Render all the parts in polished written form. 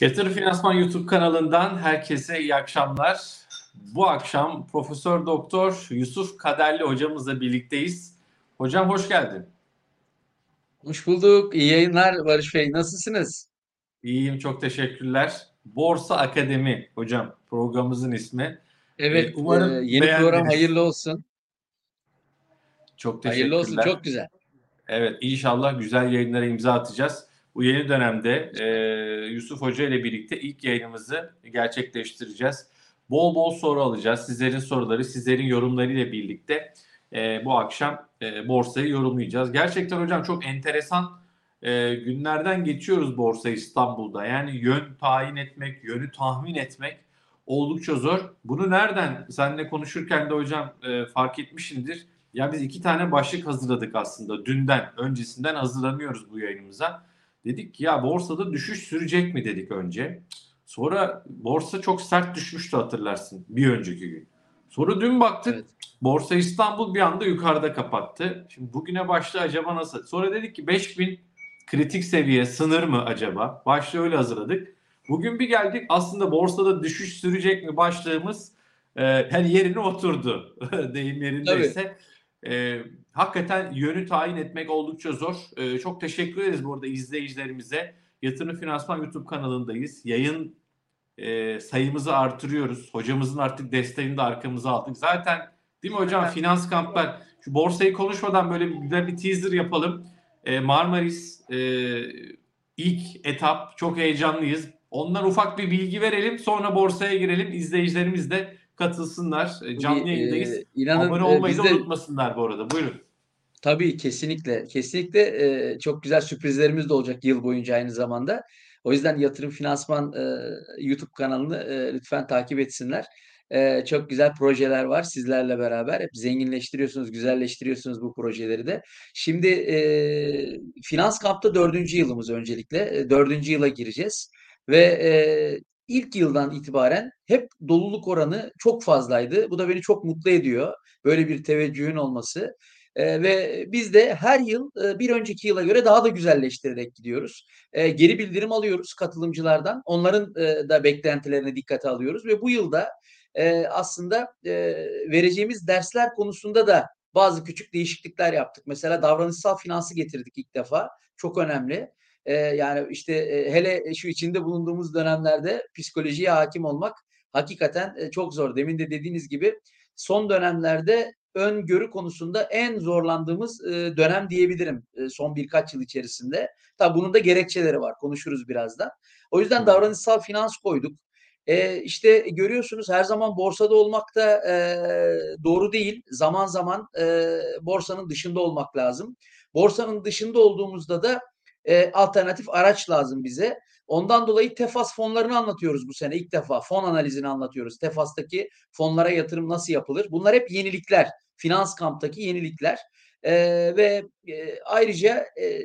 Yatırım Finansman YouTube kanalından herkese iyi akşamlar. Bu akşam Profesör Doktor Yusuf Kaderli hocamızla birlikteyiz. Hocam hoş geldin. Hoş bulduk. İyi yayınlar Barış Bey. Nasılsınız? İyiyim, çok teşekkürler. Borsa Akademi hocam programımızın ismi. Evet, Umarım yeni program beğendiniz. hayırlı olsun. Çok Hayırlı olsun. teşekkürler. Çok güzel. Evet, inşallah güzel yayınlara imza atacağız. Bu yeni dönemde İnşallah. Yusuf Hoca ile birlikte ilk yayınımızı gerçekleştireceğiz. Bol bol soru alacağız. Sizlerin soruları, sizlerin yorumlarıyla birlikte bu akşam borsayı yorumlayacağız. Gerçekten hocam çok enteresan günlerden geçiyoruz Borsa İstanbul'da. Yani yön tayin etmek, yönü tahmin etmek oldukça zor. Bunu nereden seninle konuşurken de hocam fark etmişsindir. Ya biz iki tane başlık hazırladık aslında. Öncesinden hazırlanıyoruz bu yayınımıza. Dedik ki ya borsada düşüş sürecek mi dedik önce. Sonra borsa çok sert düşmüştü, hatırlarsın, bir önceki gün. Sonra dün baktık, Evet. Borsa İstanbul bir anda yukarıda kapattı. Şimdi bugüne başta acaba nasıl? Sonra dedik ki 5000 kritik seviye sınır mı acaba? Başta öyle hazırladık. Bugün bir geldik, aslında borsada düşüş sürecek mi başlığımız her yerine oturdu deyim Tabii. yerindeyse. Hakikaten yönü tayin etmek oldukça zor. Çok teşekkür ederiz bu arada izleyicilerimize. Yatırım Finansman YouTube kanalındayız. Yayın sayımızı artırıyoruz. Hocamızın artık desteğini de arkamıza aldık. Zaten değil mi hocam, finans kamplar. Şu borsayı konuşmadan böyle bir güzel bir teaser yapalım. Marmaris ilk etap, çok heyecanlıyız. Ondan ufak bir bilgi verelim. Sonra borsaya girelim. İzleyicilerimiz de katılsınlar. Tabii, Canlı yayındayız. inanın Abone olmayı da biz de unutmasınlar bu arada. Buyurun. tabii kesinlikle, kesinlikle çok güzel sürprizlerimiz de olacak yıl boyunca aynı zamanda. O yüzden Yatırım Finansman YouTube kanalını lütfen takip etsinler. Çok güzel projeler var sizlerle beraber. Hep zenginleştiriyorsunuz, güzelleştiriyorsunuz bu projeleri de. Şimdi Finans Kamp'ta 4. yılımız öncelikle. 4. yıla gireceğiz ve ilk yıldan itibaren hep doluluk oranı çok fazlaydı. Bu da beni çok mutlu ediyor. Böyle bir teveccühün olması. Ve biz de her yıl bir önceki yıla göre daha da güzelleştirerek gidiyoruz. Geri bildirim alıyoruz katılımcılardan. Onların da beklentilerine dikkate alıyoruz ve bu yılda aslında vereceğimiz dersler konusunda da bazı küçük değişiklikler yaptık. Mesela davranışsal finansı getirdik ilk defa. Çok önemli. Yani işte hele şu içinde bulunduğumuz dönemlerde psikolojiye hakim olmak hakikaten çok zor. Demin de dediğiniz gibi son dönemlerde öngörü konusunda en zorlandığımız dönem diyebilirim son birkaç yıl içerisinde. Tabii bunun da gerekçeleri var. Konuşuruz birazdan. O Hı yüzden hı. davranışsal finans koyduk. İşte görüyorsunuz her zaman borsada olmak da doğru değil. Zaman zaman borsanın dışında olmak lazım. Borsanın dışında olduğumuzda da alternatif araç lazım bize. Ondan dolayı Tefas fonlarını anlatıyoruz bu sene ilk defa. Fon analizini anlatıyoruz. Tefas'taki fonlara yatırım nasıl yapılır? Bunlar hep yenilikler. Finans kamptaki yenilikler. Ve ayrıca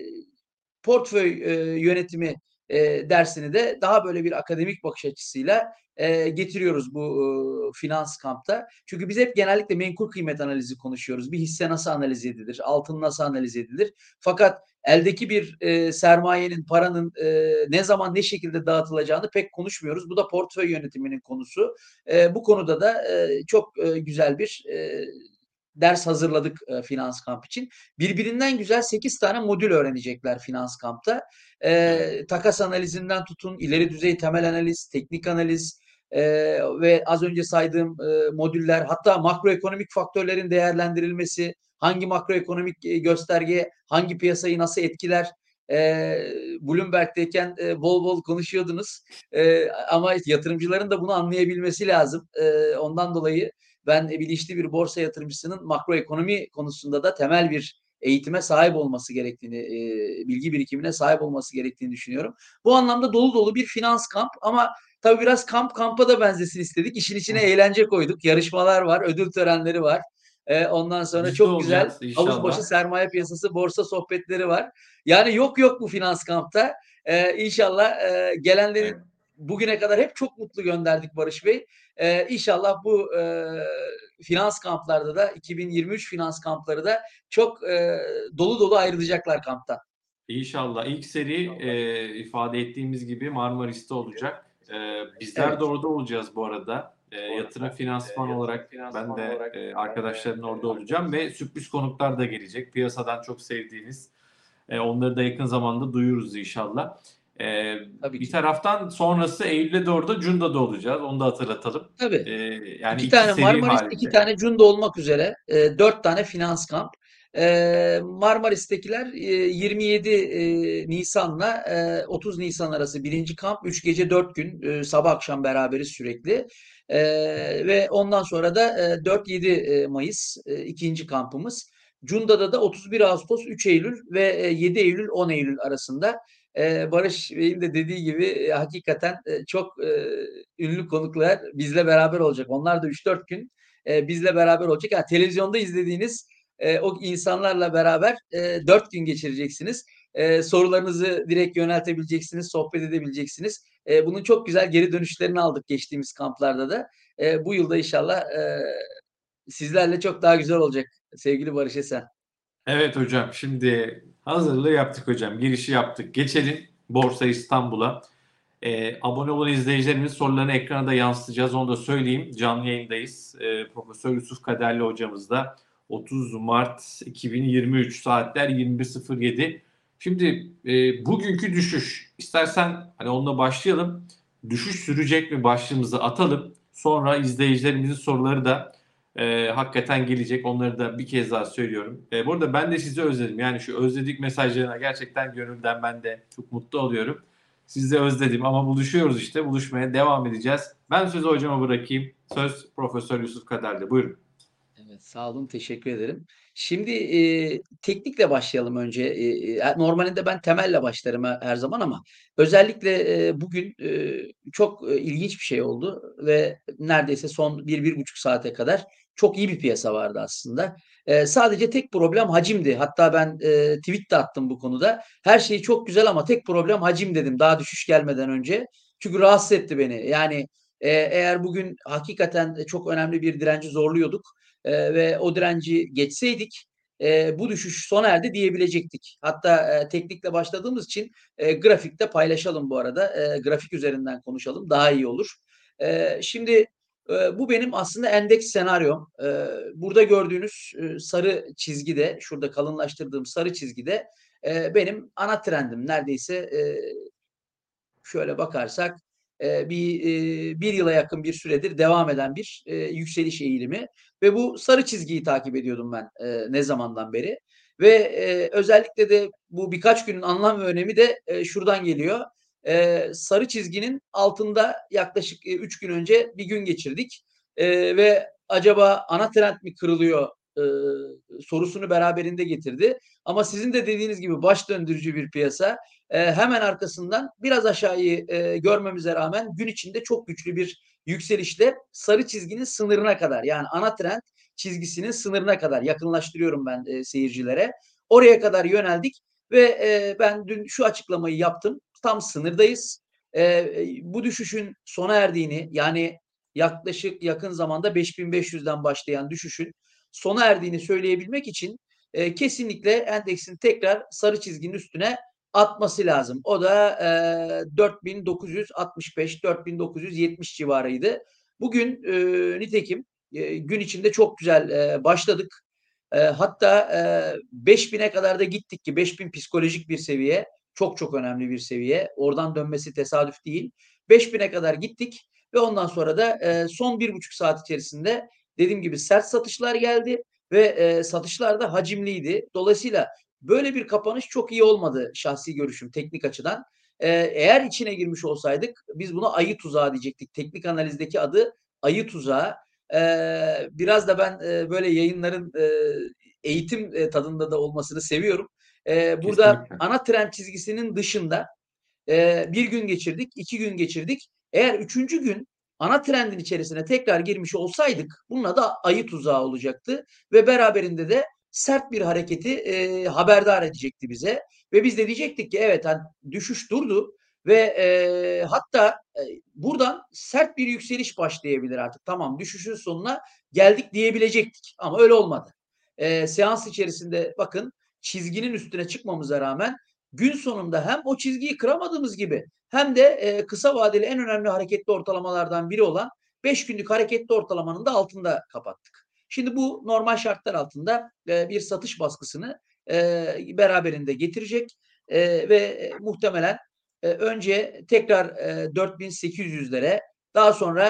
portföy yönetimi dersini de daha böyle bir akademik bakış açısıyla getiriyoruz bu finans kampta. Çünkü biz hep genellikle menkul kıymet analizi konuşuyoruz. Bir hisse nasıl analiz edilir? Altın nasıl analiz edilir? Fakat eldeki bir sermayenin, paranın ne zaman ne şekilde dağıtılacağını pek konuşmuyoruz. Bu da portföy yönetiminin konusu. Bu konuda da çok güzel bir ders hazırladık Finans Kamp için. Birbirinden güzel 8 tane modül öğrenecekler Finans Kamp'ta. Evet. Takas analizinden tutun, ileri düzey temel analiz, teknik analiz ve az önce saydığım modüller, hatta makroekonomik faktörlerin değerlendirilmesi, hangi makroekonomik gösterge hangi piyasayı nasıl etkiler, Bloomberg'teyken bol bol konuşuyordunuz. Ama yatırımcıların da bunu anlayabilmesi lazım. Ondan dolayı ben bilinçli bir borsa yatırımcısının makroekonomi konusunda da temel bir eğitime sahip olması gerektiğini, bilgi birikimine sahip olması gerektiğini düşünüyorum. Bu anlamda dolu dolu bir finans kamp ama tabii biraz kampa da benzesin istedik. İşin içine eğlence koyduk. Yarışmalar var, ödül törenleri var. Ondan sonra Biz de çok güzel olacağız havuz başı inşallah. sermaye piyasası borsa sohbetleri var. Yani yok bu finans kampta. İnşallah gelenlerin Evet. bugüne kadar hep çok mutlu gönderdik Barış Bey. İnşallah bu finans kamplarda da 2023 finans kampları da çok dolu dolu ayrılacaklar kamptan. İnşallah. İlk seri ifade ettiğimiz gibi Marmaris'te olacak. Bizler de Evet. orada olacağız bu arada. Yatırım finansman olarak ben de arkadaşların orada olacağım ve sürpriz konuklar da gelecek. Piyasadan çok sevdiğiniz. Onları da yakın zamanda duyururuz inşallah. Tabii Bir ki. taraftan sonrası Eylül'de de orada Cunda'da olacağız. Onu da hatırlatalım. Tabii. Yani 2 iki tane seri Marmaris, 2 halinde. tane Cunda olmak üzere 4 tane finans kamp. Marmaris'tekiler 27 Nisan'la 30 Nisan arası birinci kamp. 3 gece 4 gün sabah akşam beraberiz sürekli. Ve ondan sonra da 4-7 Mayıs ikinci kampımız. Cunda'da da 31 Ağustos, 3 Eylül ve 7 Eylül, 10 Eylül arasında. Barış Bey'in de dediği gibi hakikaten çok ünlü konuklar bizle beraber olacak. Onlar da 3-4 gün bizle beraber olacak. Yani televizyonda izlediğiniz o insanlarla beraber 4 gün geçireceksiniz. Sorularınızı direkt yöneltebileceksiniz, sohbet edebileceksiniz. Bunun çok güzel geri dönüşlerini aldık geçtiğimiz kamplarda da. Bu yılda inşallah sizlerle çok daha güzel olacak sevgili Barış Esen. Evet hocam, şimdi hazırlığı yaptık hocam. Girişi yaptık. Geçelim Borsa İstanbul'a. Abone olan izleyicilerimiz sorularını ekrana da yansıtacağız. Onu da söyleyeyim. Canlı yayındayız. Profesör Yusuf Kaderli hocamız da 30 Mart 2023 saatler 21.07. Şimdi bugünkü düşüş. İstersen hani onunla başlayalım. Düşüş sürecek mi başlığımızı atalım. Sonra izleyicilerimizin soruları da hakikaten gelecek. Onları da bir kez daha söylüyorum. Bu arada ben de sizi özledim. Yani şu özledik mesajlarına gerçekten gönülden ben de çok mutlu oluyorum. Sizi de özledim ama buluşuyoruz işte. Buluşmaya devam edeceğiz. Ben sözü hocama bırakayım. Söz Profesör Yusuf Kader'de. Buyurun. Evet, sağ olun, teşekkür ederim. Şimdi, teknikle başlayalım önce. Normalinde ben temelle başlarım her zaman ama özellikle, bugün, çok, ilginç bir şey oldu ve neredeyse son 1-1,5 saate kadar çok iyi bir piyasa vardı aslında. Sadece tek problem hacimdi. Hatta ben, tweet de attım bu konuda. Her şey çok güzel ama tek problem hacim dedim daha düşüş gelmeden önce. Çünkü rahatsız etti beni. Yani, eğer bugün hakikaten çok önemli bir direnci zorluyorduk, ve o direnci geçseydik bu düşüş sona erdi diyebilecektik. Hatta teknikle başladığımız için grafikte paylaşalım bu arada. Grafik üzerinden konuşalım daha iyi olur. Şimdi bu benim aslında endeks senaryom. Burada gördüğünüz sarı çizgide, şurada kalınlaştırdığım sarı çizgide benim ana trendim. Neredeyse şöyle bakarsak bir yıla yakın bir süredir devam eden bir yükseliş eğilimi ve bu sarı çizgiyi takip ediyordum ben ne zamandan beri ve özellikle de bu birkaç günün anlam ve önemi de şuradan geliyor. Sarı çizginin altında yaklaşık 3 gün önce bir gün geçirdik ve acaba ana trend mi kırılıyor sorusunu beraberinde getirdi. Ama sizin de dediğiniz gibi baş döndürücü bir piyasa. Hemen arkasından biraz aşağıyı görmemize rağmen gün içinde çok güçlü bir yükselişle sarı çizginin sınırına kadar yani ana trend çizgisinin sınırına kadar yakınlaştırıyorum ben seyircilere. Oraya kadar yöneldik ve ben dün şu açıklamayı yaptım. Tam sınırdayız. Bu düşüşün sona erdiğini yani yaklaşık yakın zamanda 5500'den başlayan düşüşün sona erdiğini söyleyebilmek için kesinlikle endeksin tekrar sarı çizginin üstüne atması lazım. O da 4965-4970 civarıydı. Bugün nitekim gün içinde çok güzel başladık. Hatta 5000'e kadar da gittik ki 5000 psikolojik bir seviye. Çok çok önemli bir seviye. Oradan dönmesi tesadüf değil. 5000'e kadar gittik ve ondan sonra da son 1,5 saat içerisinde dediğim gibi sert satışlar geldi ve satışlar da hacimliydi. Dolayısıyla böyle bir kapanış çok iyi olmadı şahsi görüşüm teknik açıdan. Eğer içine girmiş olsaydık biz buna ayı tuzağı diyecektik. Teknik analizdeki adı ayı tuzağı. Biraz da ben böyle yayınların eğitim tadında da olmasını seviyorum. Burada Kesinlikle. ana trend çizgisinin dışında bir gün geçirdik, 2 gün geçirdik. Eğer üçüncü gün ana trendin içerisine tekrar girmiş olsaydık bunun adı ayı tuzağı olacaktı ve beraberinde de sert bir hareketi haberdar edecekti bize ve biz de diyecektik ki evet hani düşüş durdu ve hatta buradan sert bir yükseliş başlayabilir artık. Tamam düşüşün sonuna geldik diyebilecektik ama öyle olmadı. Seans içerisinde bakın çizginin üstüne çıkmamıza rağmen gün sonunda hem o çizgiyi kıramadığımız gibi hem de kısa vadeli en önemli hareketli ortalamalardan biri olan 5 günlük hareketli ortalamanın da altında kapattık. Şimdi bu normal şartlar altında bir satış baskısını beraberinde getirecek ve muhtemelen önce tekrar 4.800'lere, daha sonra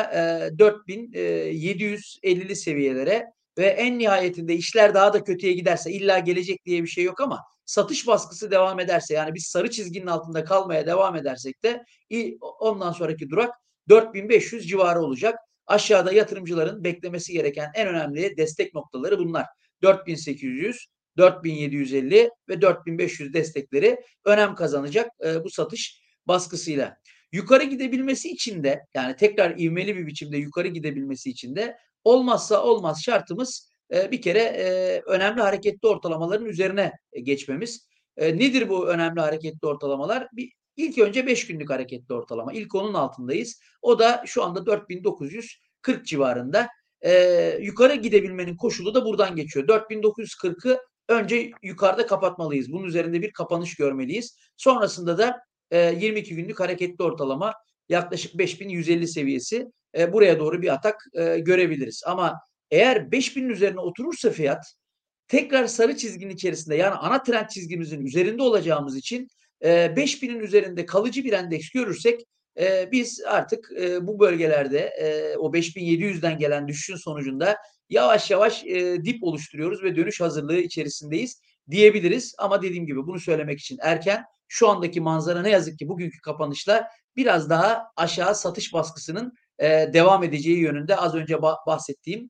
4.750'li seviyelere ve en nihayetinde işler daha da kötüye giderse, illa gelecek diye bir şey yok ama satış baskısı devam ederse, yani biz sarı çizginin altında kalmaya devam edersek de ondan sonraki durak 4.500 civarı olacak. Aşağıda yatırımcıların beklemesi gereken en önemli destek noktaları bunlar. 4.800, 4.750 ve 4.500 destekleri önem kazanacak bu satış baskısıyla. Yukarı gidebilmesi için de, yani tekrar ivmeli bir biçimde yukarı gidebilmesi için de olmazsa olmaz şartımız bir kere önemli hareketli ortalamaların üzerine geçmemiz. Nedir bu önemli hareketli ortalamalar? İlk önce 5 günlük hareketli ortalama. İlk onun altındayız. O da şu anda 4.940 civarında. Yukarı gidebilmenin koşulu da buradan geçiyor. 4.940'ı önce yukarıda kapatmalıyız. Bunun üzerinde bir kapanış görmeliyiz. Sonrasında da 22 günlük hareketli ortalama yaklaşık 5.150 seviyesi, buraya doğru bir atak görebiliriz. Ama eğer 5.000'in üzerine oturursa fiyat, tekrar sarı çizginin içerisinde, yani ana trend çizgimizin üzerinde olacağımız için 5.000'in üzerinde kalıcı bir endeks görürsek biz artık bu bölgelerde o 5.700'den gelen düşüşün sonucunda yavaş yavaş dip oluşturuyoruz ve dönüş hazırlığı içerisindeyiz diyebiliriz. Ama dediğim gibi bunu söylemek için erken. Şu andaki manzara ne yazık ki bugünkü kapanışla biraz daha aşağı satış baskısının devam edeceği yönünde, az önce bahsettiğim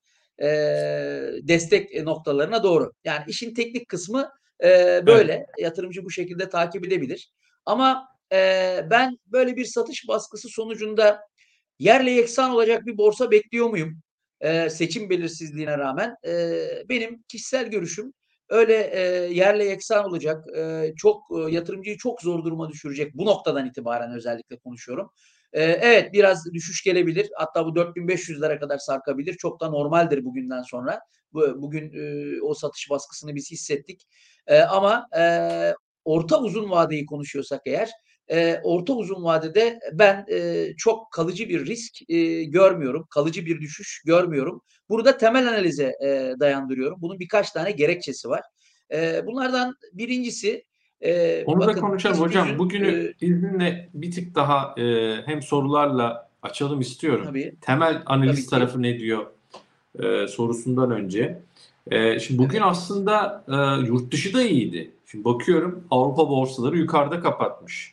destek noktalarına doğru. Yani işin teknik kısmı Evet. böyle. Yatırımcı bu şekilde takip edebilir. Ama ben böyle bir satış baskısı sonucunda yerle yeksan olacak bir borsa bekliyor muyum? Seçim belirsizliğine rağmen. Benim kişisel görüşüm öyle yerle yeksan olacak, çok yatırımcıyı çok zor duruma düşürecek, bu noktadan itibaren özellikle konuşuyorum. Evet, biraz düşüş gelebilir. Hatta bu 4.500'lere kadar sarkabilir. Çok da normaldir bugünden sonra. Bugün o satış baskısını biz hissettik. Ama orta uzun vadeyi konuşuyorsak eğer, orta uzun vadede ben çok kalıcı bir risk görmüyorum. Kalıcı bir düşüş görmüyorum. Burada temel analize dayandırıyorum. Bunun birkaç tane gerekçesi var. Bunlardan birincisi, Onu da bakın konuşalım BIST hocam. 100'ün Bugünü izninle bir tık daha hem sorularla açalım istiyorum. tabii, Temel tabii analiz ki. tarafı ne diyor sorusundan önce. Şimdi bugün Evet. aslında yurt dışı da iyiydi. Şimdi bakıyorum Avrupa borsaları yukarıda kapatmış.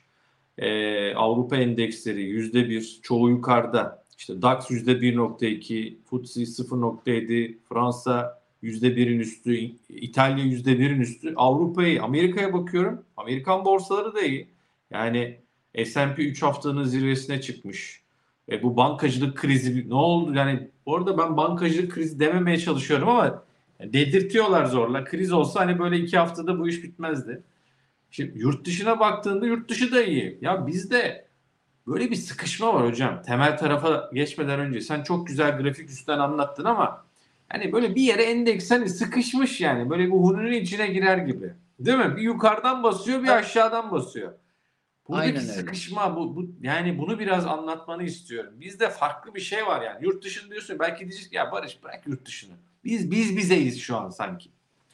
Avrupa endeksleri %1, çoğu yukarıda. İşte DAX %1.2, FTSE 0.7, Fransa %1'in üstü, İtalya %1'in üstü. Avrupa'yı, Amerika'ya bakıyorum. Amerikan borsaları da iyi. Yani S&P 3 haftanın zirvesine çıkmış. Bu bankacılık krizi ne oldu? Yani orada ben bankacılık krizi dememeye çalışıyorum ama dedirtiyorlar zorla. Kriz olsa hani böyle 2 haftada bu iş bitmezdi. Şimdi yurt dışına baktığında yurt dışı da iyi. Ya bizde böyle bir sıkışma var hocam. Temel tarafa geçmeden önce sen çok güzel grafik üstten anlattın ama hani böyle bir yere endeks hani sıkışmış yani. Böyle bir hununun içine girer gibi. Değil mi? Bir yukarıdan basıyor, bir aşağıdan basıyor. Buradaki Aynen öyle. sıkışma bu yani bunu biraz anlatmanı istiyorum. Bizde farklı bir şey var yani. Yurt dışını diyorsun belki diyecek ya Barış bırak yurt dışını. Biz bizeyiz şu an sanki.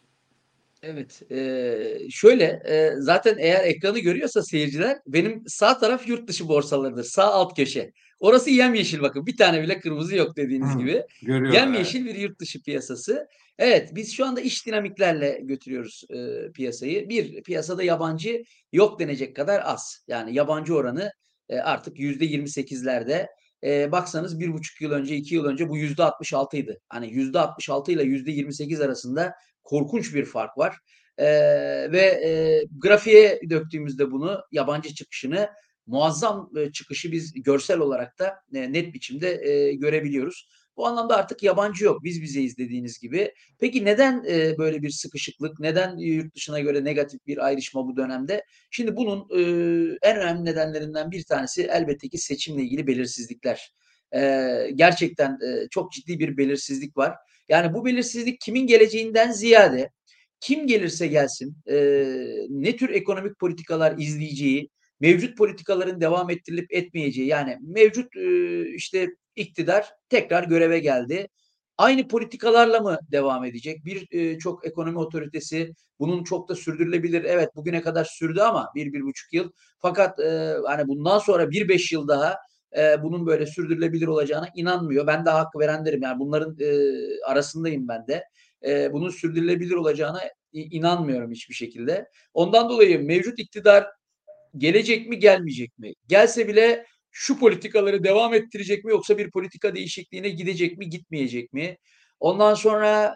Evet, şöyle, zaten eğer ekranı görüyorsa seyirciler, benim sağ taraf yurt dışı borsalarıdır. Sağ alt köşe. Orası yemyeşil, bakın. Bir tane bile kırmızı yok dediğiniz Hı, gibi. görüyorum evet. Yemyeşil bir yurt dışı piyasası. Evet, biz şu anda iş dinamiklerle götürüyoruz piyasayı. Bir, piyasada yabancı yok denecek kadar az. Yani yabancı oranı artık %28'lerde. Baksanız 1,5 yıl önce, 2 yıl önce bu %66'ydı. Hani %66 ile %28 arasında korkunç bir fark var. Ve grafiğe döktüğümüzde bunu, yabancı çıkışını, muazzam çıkışı biz görsel olarak da net biçimde görebiliyoruz. Bu anlamda artık yabancı yok. Biz bizeyiz dediğiniz gibi. Peki neden böyle bir sıkışıklık? Neden yurt dışına göre negatif bir ayrışma bu dönemde? Şimdi bunun en önemli nedenlerinden bir tanesi elbette ki seçimle ilgili belirsizlikler. Gerçekten çok ciddi bir belirsizlik var. Yani bu belirsizlik kimin geleceğinden ziyade kim gelirse gelsin ne tür ekonomik politikalar izleyeceği, mevcut politikaların devam ettirilip etmeyeceği, yani mevcut işte iktidar tekrar göreve geldi. Aynı politikalarla mı devam edecek? Çok ekonomi otoritesi bunun çok da sürdürülebilir. Evet, bugüne kadar sürdü ama 1-1,5 yıl. Fakat hani bundan sonra 1-5 yıl daha bunun böyle sürdürülebilir olacağına inanmıyor. Ben de hak verenlerim. Yani bunların arasındayım ben de. Bunun sürdürülebilir olacağına inanmıyorum hiçbir şekilde. Ondan dolayı mevcut iktidar gelecek mi, gelmeyecek mi? Gelse bile şu politikaları devam ettirecek mi, yoksa bir politika değişikliğine gidecek mi, gitmeyecek mi? Ondan sonra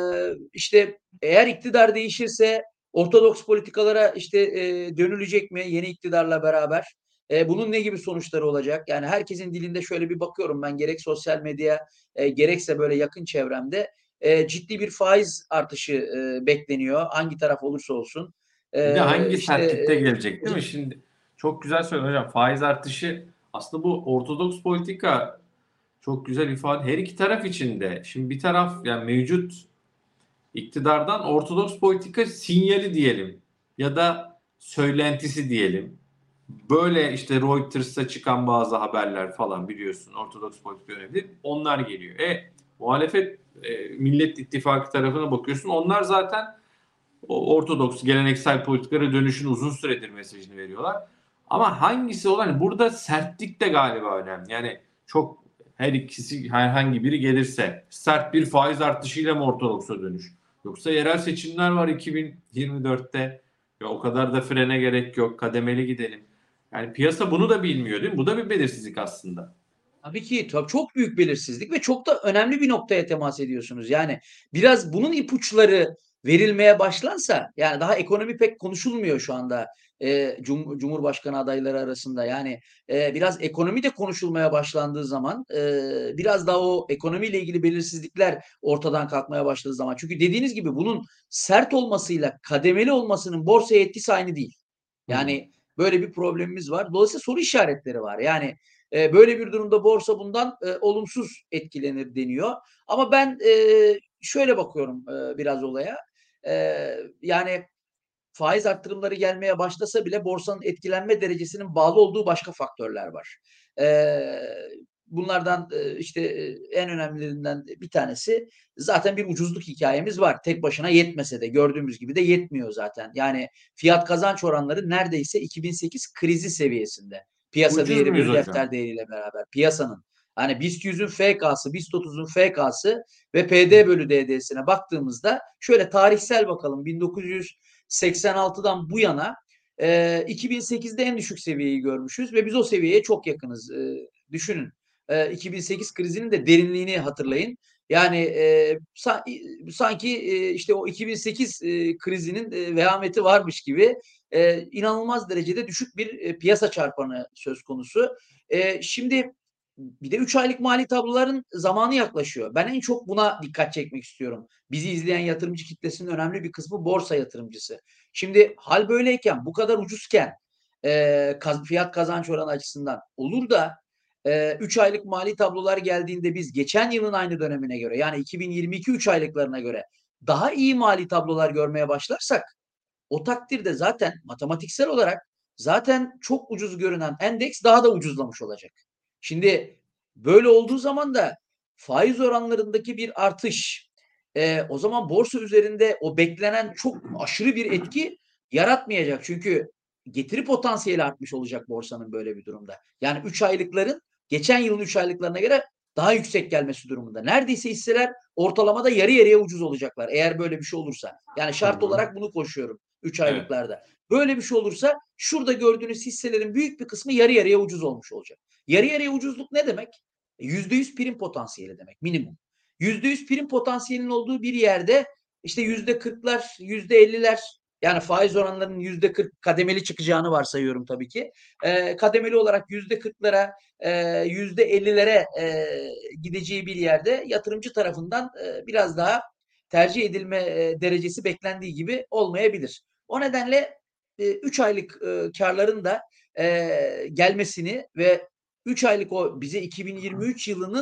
işte eğer iktidar değişirse ortodoks politikalara işte dönülecek mi yeni iktidarla beraber? Bunun ne gibi sonuçları olacak? Yani herkesin dilinde şöyle bir bakıyorum ben, gerek sosyal medya gerekse böyle yakın çevremde ciddi bir faiz artışı bekleniyor. Hangi taraf olursa olsun. Bir de hangi İşte sertlikte gelecek değil mi? Şimdi çok güzel söyledin hocam. Faiz artışı aslında bu ortodoks politika çok güzel ifade. Her iki taraf için de. Şimdi bir taraf yani mevcut iktidardan ortodoks politika sinyali diyelim ya da söylentisi diyelim. Böyle işte Reuters'ta çıkan bazı haberler falan biliyorsun ortodoks politika yönelik. Onlar geliyor. Muhalefet Millet İttifakı tarafına bakıyorsun. Onlar zaten o ortodoks geleneksel politikalara dönüşün uzun süredir mesajını veriyorlar. Ama hangisi olan burada sertlik de galiba önemli. Yani çok her ikisi herhangi biri gelirse sert bir faiz artışıyla mı ortodoksa dönüş? Yoksa yerel seçimler var 2024'te. Ya o kadar da frene gerek yok. Kademeli gidelim. Yani piyasa bunu da bilmiyor değil mi? Bu da bir belirsizlik aslında. Tabii ki çok büyük belirsizlik ve çok da önemli bir noktaya temas ediyorsunuz. Yani biraz bunun ipuçları verilmeye başlansa, yani daha ekonomi pek konuşulmuyor şu anda Cumhurbaşkanı adayları arasında. Yani biraz ekonomi de konuşulmaya başlandığı zaman, biraz daha o ekonomiyle ilgili belirsizlikler ortadan kalkmaya başladığı zaman. Çünkü dediğiniz gibi bunun sert olmasıyla kademeli olmasının borsaya etkisi aynı değil. Hmm. Yani böyle bir problemimiz var. Dolayısıyla soru işaretleri var. Yani böyle bir durumda borsa bundan olumsuz etkilenir deniyor. Ama ben şöyle bakıyorum biraz olaya. Yani faiz arttırımları gelmeye başlasa bile borsanın etkilenme derecesinin bağlı olduğu başka faktörler var. Eee, Bunlardan işte en önemlilerinden bir tanesi, zaten bir ucuzluk hikayemiz var. Tek başına yetmese de gördüğümüz gibi de yetmiyor zaten. Yani fiyat kazanç oranları neredeyse 2008 krizi seviyesinde. Piyasa Ucuz değeri muyuz bölü hocam? defter değeriyle beraber piyasanın. Hani BIST 100'ün FK'sı, BIST 30'un FK'sı ve PD bölü DD'sine baktığımızda şöyle tarihsel bakalım, 1986'dan bu yana 2008'de en düşük seviyeyi görmüşüz ve biz o seviyeye çok yakınız. Düşünün. 2008 krizinin de derinliğini hatırlayın. Yani sanki işte o 2008 krizinin vehameti varmış gibi inanılmaz derecede düşük bir piyasa çarpanı söz konusu. Şimdi bir de 3 aylık mali tabloların zamanı yaklaşıyor. Ben en çok buna dikkat çekmek istiyorum. Bizi izleyen yatırımcı kitlesinin önemli bir kısmı borsa yatırımcısı. Şimdi hal böyleyken, bu kadar ucuzken fiyat kazanç oranı açısından olur da 3 aylık mali tablolar geldiğinde biz geçen yılın aynı dönemine göre, yani 2022 3 aylıklarına göre daha iyi mali tablolar görmeye başlarsak, o takdirde zaten matematiksel olarak zaten çok ucuz görünen endeks daha da ucuzlamış olacak. Şimdi böyle olduğu zaman da faiz oranlarındaki bir artış o zaman borsa üzerinde o beklenen çok aşırı bir etki yaratmayacak. Çünkü getiri potansiyeli artmış olacak borsanın böyle bir durumda. Yani 3 aylıkların geçen yılın 3 aylıklarına göre daha yüksek gelmesi durumunda. Neredeyse hisseler ortalamada yarı yarıya ucuz olacaklar eğer böyle bir şey olursa. Yani Hı şart hı. olarak bunu koşuyorum 3 Evet. aylıklarda. Böyle bir şey olursa şurada gördüğünüz hisselerin büyük bir kısmı yarı yarıya ucuz olmuş olacak. Yarı yarıya ucuzluk ne demek? %100 prim potansiyeli demek minimum. %100 prim potansiyelinin olduğu bir yerde işte %40'lar, %50'ler, yani faiz oranlarının %40 kademeli çıkacağını varsayıyorum tabii ki. Kademeli olarak %40'lara, %50'lere gideceği bir yerde yatırımcı tarafından biraz daha tercih edilme derecesi beklendiği gibi olmayabilir. O nedenle 3 aylık karların da gelmesini ve 3 aylık o bize 2023 yılının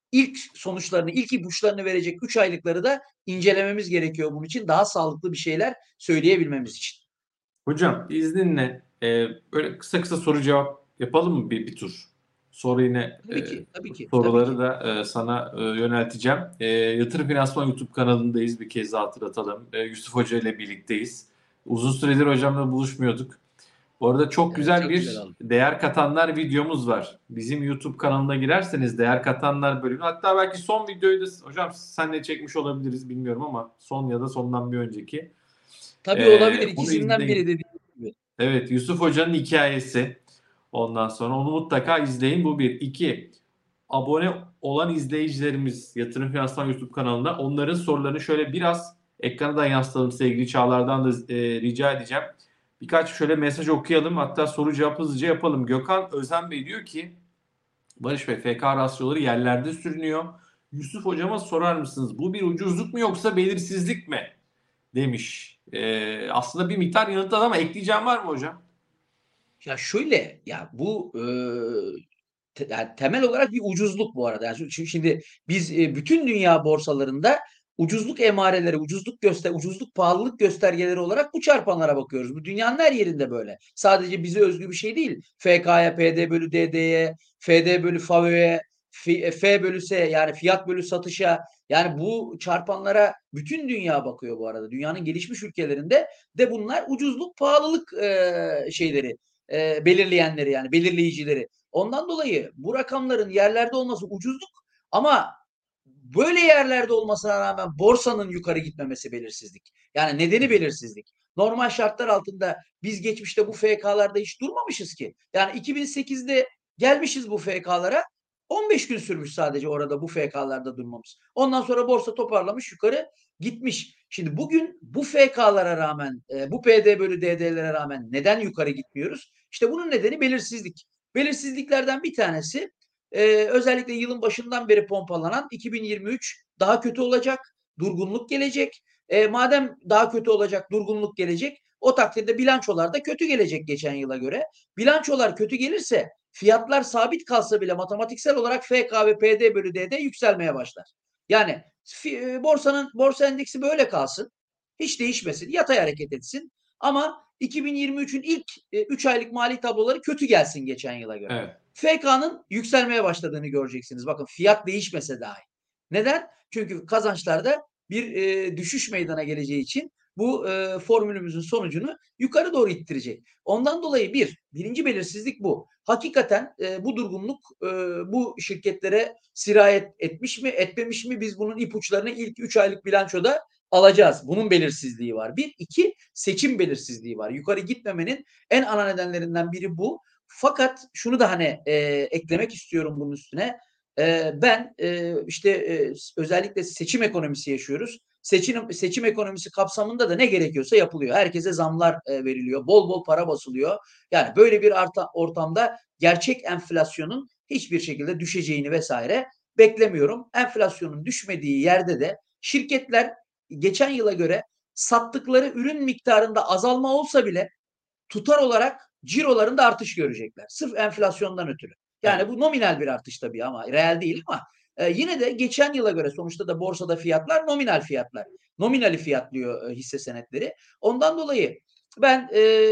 ilk sonuçlarını, ilk ipuçlarını verecek 3 aylıkları da incelememiz gerekiyor bunun için. Daha sağlıklı bir şeyler söyleyebilmemiz için. Hocam izninle böyle kısa kısa soru cevap yapalım mı bir tur? Sonra yine Tabii ki, tabii ki, tabii soruları ki. da sana yönelteceğim. Yatırım Finansman YouTube kanalındayız. Bir kez daha hatırlatalım. Yusuf Hoca ile birlikteyiz. Uzun süredir hocamla buluşmuyorduk. Bu arada çok Evet, güzel çok güzel bir oldu. değer katanlar videomuz var. Bizim YouTube kanalına girerseniz değer katanlar bölümü. Hatta belki son videoyu da hocam senle çekmiş olabiliriz bilmiyorum ama son ya da sondan bir önceki. Tabii olabilir. Onu İkisinden biri izleyin. dediğim gibi. Evet, Yusuf Hoca'nın hikayesi. Ondan sonra onu mutlaka izleyin. Bu bir. İki, abone olan izleyicilerimiz Yatırım Finansman YouTube kanalında onların sorularını şöyle biraz ekrana da yansıtalım sevgili Çağlar'dan da rica edeceğim. Birkaç şöyle mesaj okuyalım. Hatta soru cevap hızlıca yapalım. Gökhan Özen Bey diyor ki Barış Bey FK rasyoları yerlerde sürünüyor. Yusuf Hocama sorar mısınız? Bu bir ucuzluk mu yoksa belirsizlik mi? Demiş. Aslında bir miktar yanıtladı ama ekleyeceğim var mı hocam? Ya şöyle, ya bu, yani temel olarak bir ucuzluk bu arada. Yani çünkü şimdi biz, bütün dünya borsalarında ucuzluk emareleri, ucuzluk, pahalılık göstergeleri olarak bu çarpanlara bakıyoruz. Bu dünyanın her yerinde böyle. Sadece bize özgü bir şey değil. FK'ya, PD bölü DD'ye, FD bölü FAVÖ'ye, F bölü S yani fiyat bölü satışa yani bu çarpanlara bütün dünya bakıyor bu arada. Dünyanın gelişmiş ülkelerinde de bunlar ucuzluk, pahalılık, şeyleri, belirleyenleri yani belirleyicileri. Ondan dolayı bu rakamların yerlerde olması ucuzluk ama böyle yerlerde olmasına rağmen borsanın yukarı gitmemesi belirsizlik. Yani nedeni belirsizlik. Normal şartlar altında biz geçmişte bu FK'larda hiç durmamışız ki. Yani 2008'de gelmişiz bu FK'lara. 15 gün sürmüş sadece orada bu FK'larda durmamız. Ondan sonra borsa toparlamış yukarı gitmiş. Şimdi bugün bu FK'lara rağmen, bu PD bölü DD'lere rağmen neden yukarı gitmiyoruz? İşte bunun nedeni belirsizlik. Belirsizliklerden bir tanesi özellikle yılın başından beri pompalanan 2023 daha kötü olacak, durgunluk gelecek. Madem daha kötü olacak, durgunluk gelecek, o takdirde bilançolar da kötü gelecek geçen yıla göre. Bilançolar kötü gelirse fiyatlar sabit kalsa bile matematiksel olarak FK ve PD bölü DD yükselmeye başlar. Yani borsa endeksi böyle kalsın. Hiç değişmesin. Yatay hareket etsin. Ama 2023'ün ilk 3 aylık mali tabloları kötü gelsin geçen yıla göre. Evet. FK'nın yükselmeye başladığını göreceksiniz. Bakın fiyat değişmese dahi. Neden? Çünkü kazançlarda bir düşüş meydana geleceği için bu formülümüzün sonucunu yukarı doğru ittirecek. Ondan dolayı birinci belirsizlik bu. Hakikaten bu durgunluk bu şirketlere sirayet etmiş mi, etmemiş mi? Biz bunun ipuçlarını ilk 3 aylık bilançoda alacağız. Bunun belirsizliği var. Bir, iki seçim belirsizliği var. Yukarı gitmemenin en ana nedenlerinden biri bu. Fakat şunu da hani eklemek istiyorum bunun üstüne. Ben işte özellikle seçim ekonomisi yaşıyoruz. Seçim ekonomisi kapsamında da ne gerekiyorsa yapılıyor. Herkese zamlar veriliyor. Bol bol para basılıyor. Yani böyle bir ortamda gerçek enflasyonun hiçbir şekilde düşeceğini vesaire beklemiyorum. Enflasyonun düşmediği yerde de şirketler geçen yıla göre sattıkları ürün miktarında azalma olsa bile tutar olarak cirolarında artış görecekler. Sırf enflasyondan ötürü. Yani Evet. bu nominal bir artış tabii ama reel değil ama yine de geçen yıla göre sonuçta da borsada fiyatlar nominal fiyatlar. Nominali fiyatlıyor hisse senetleri. Ondan dolayı ben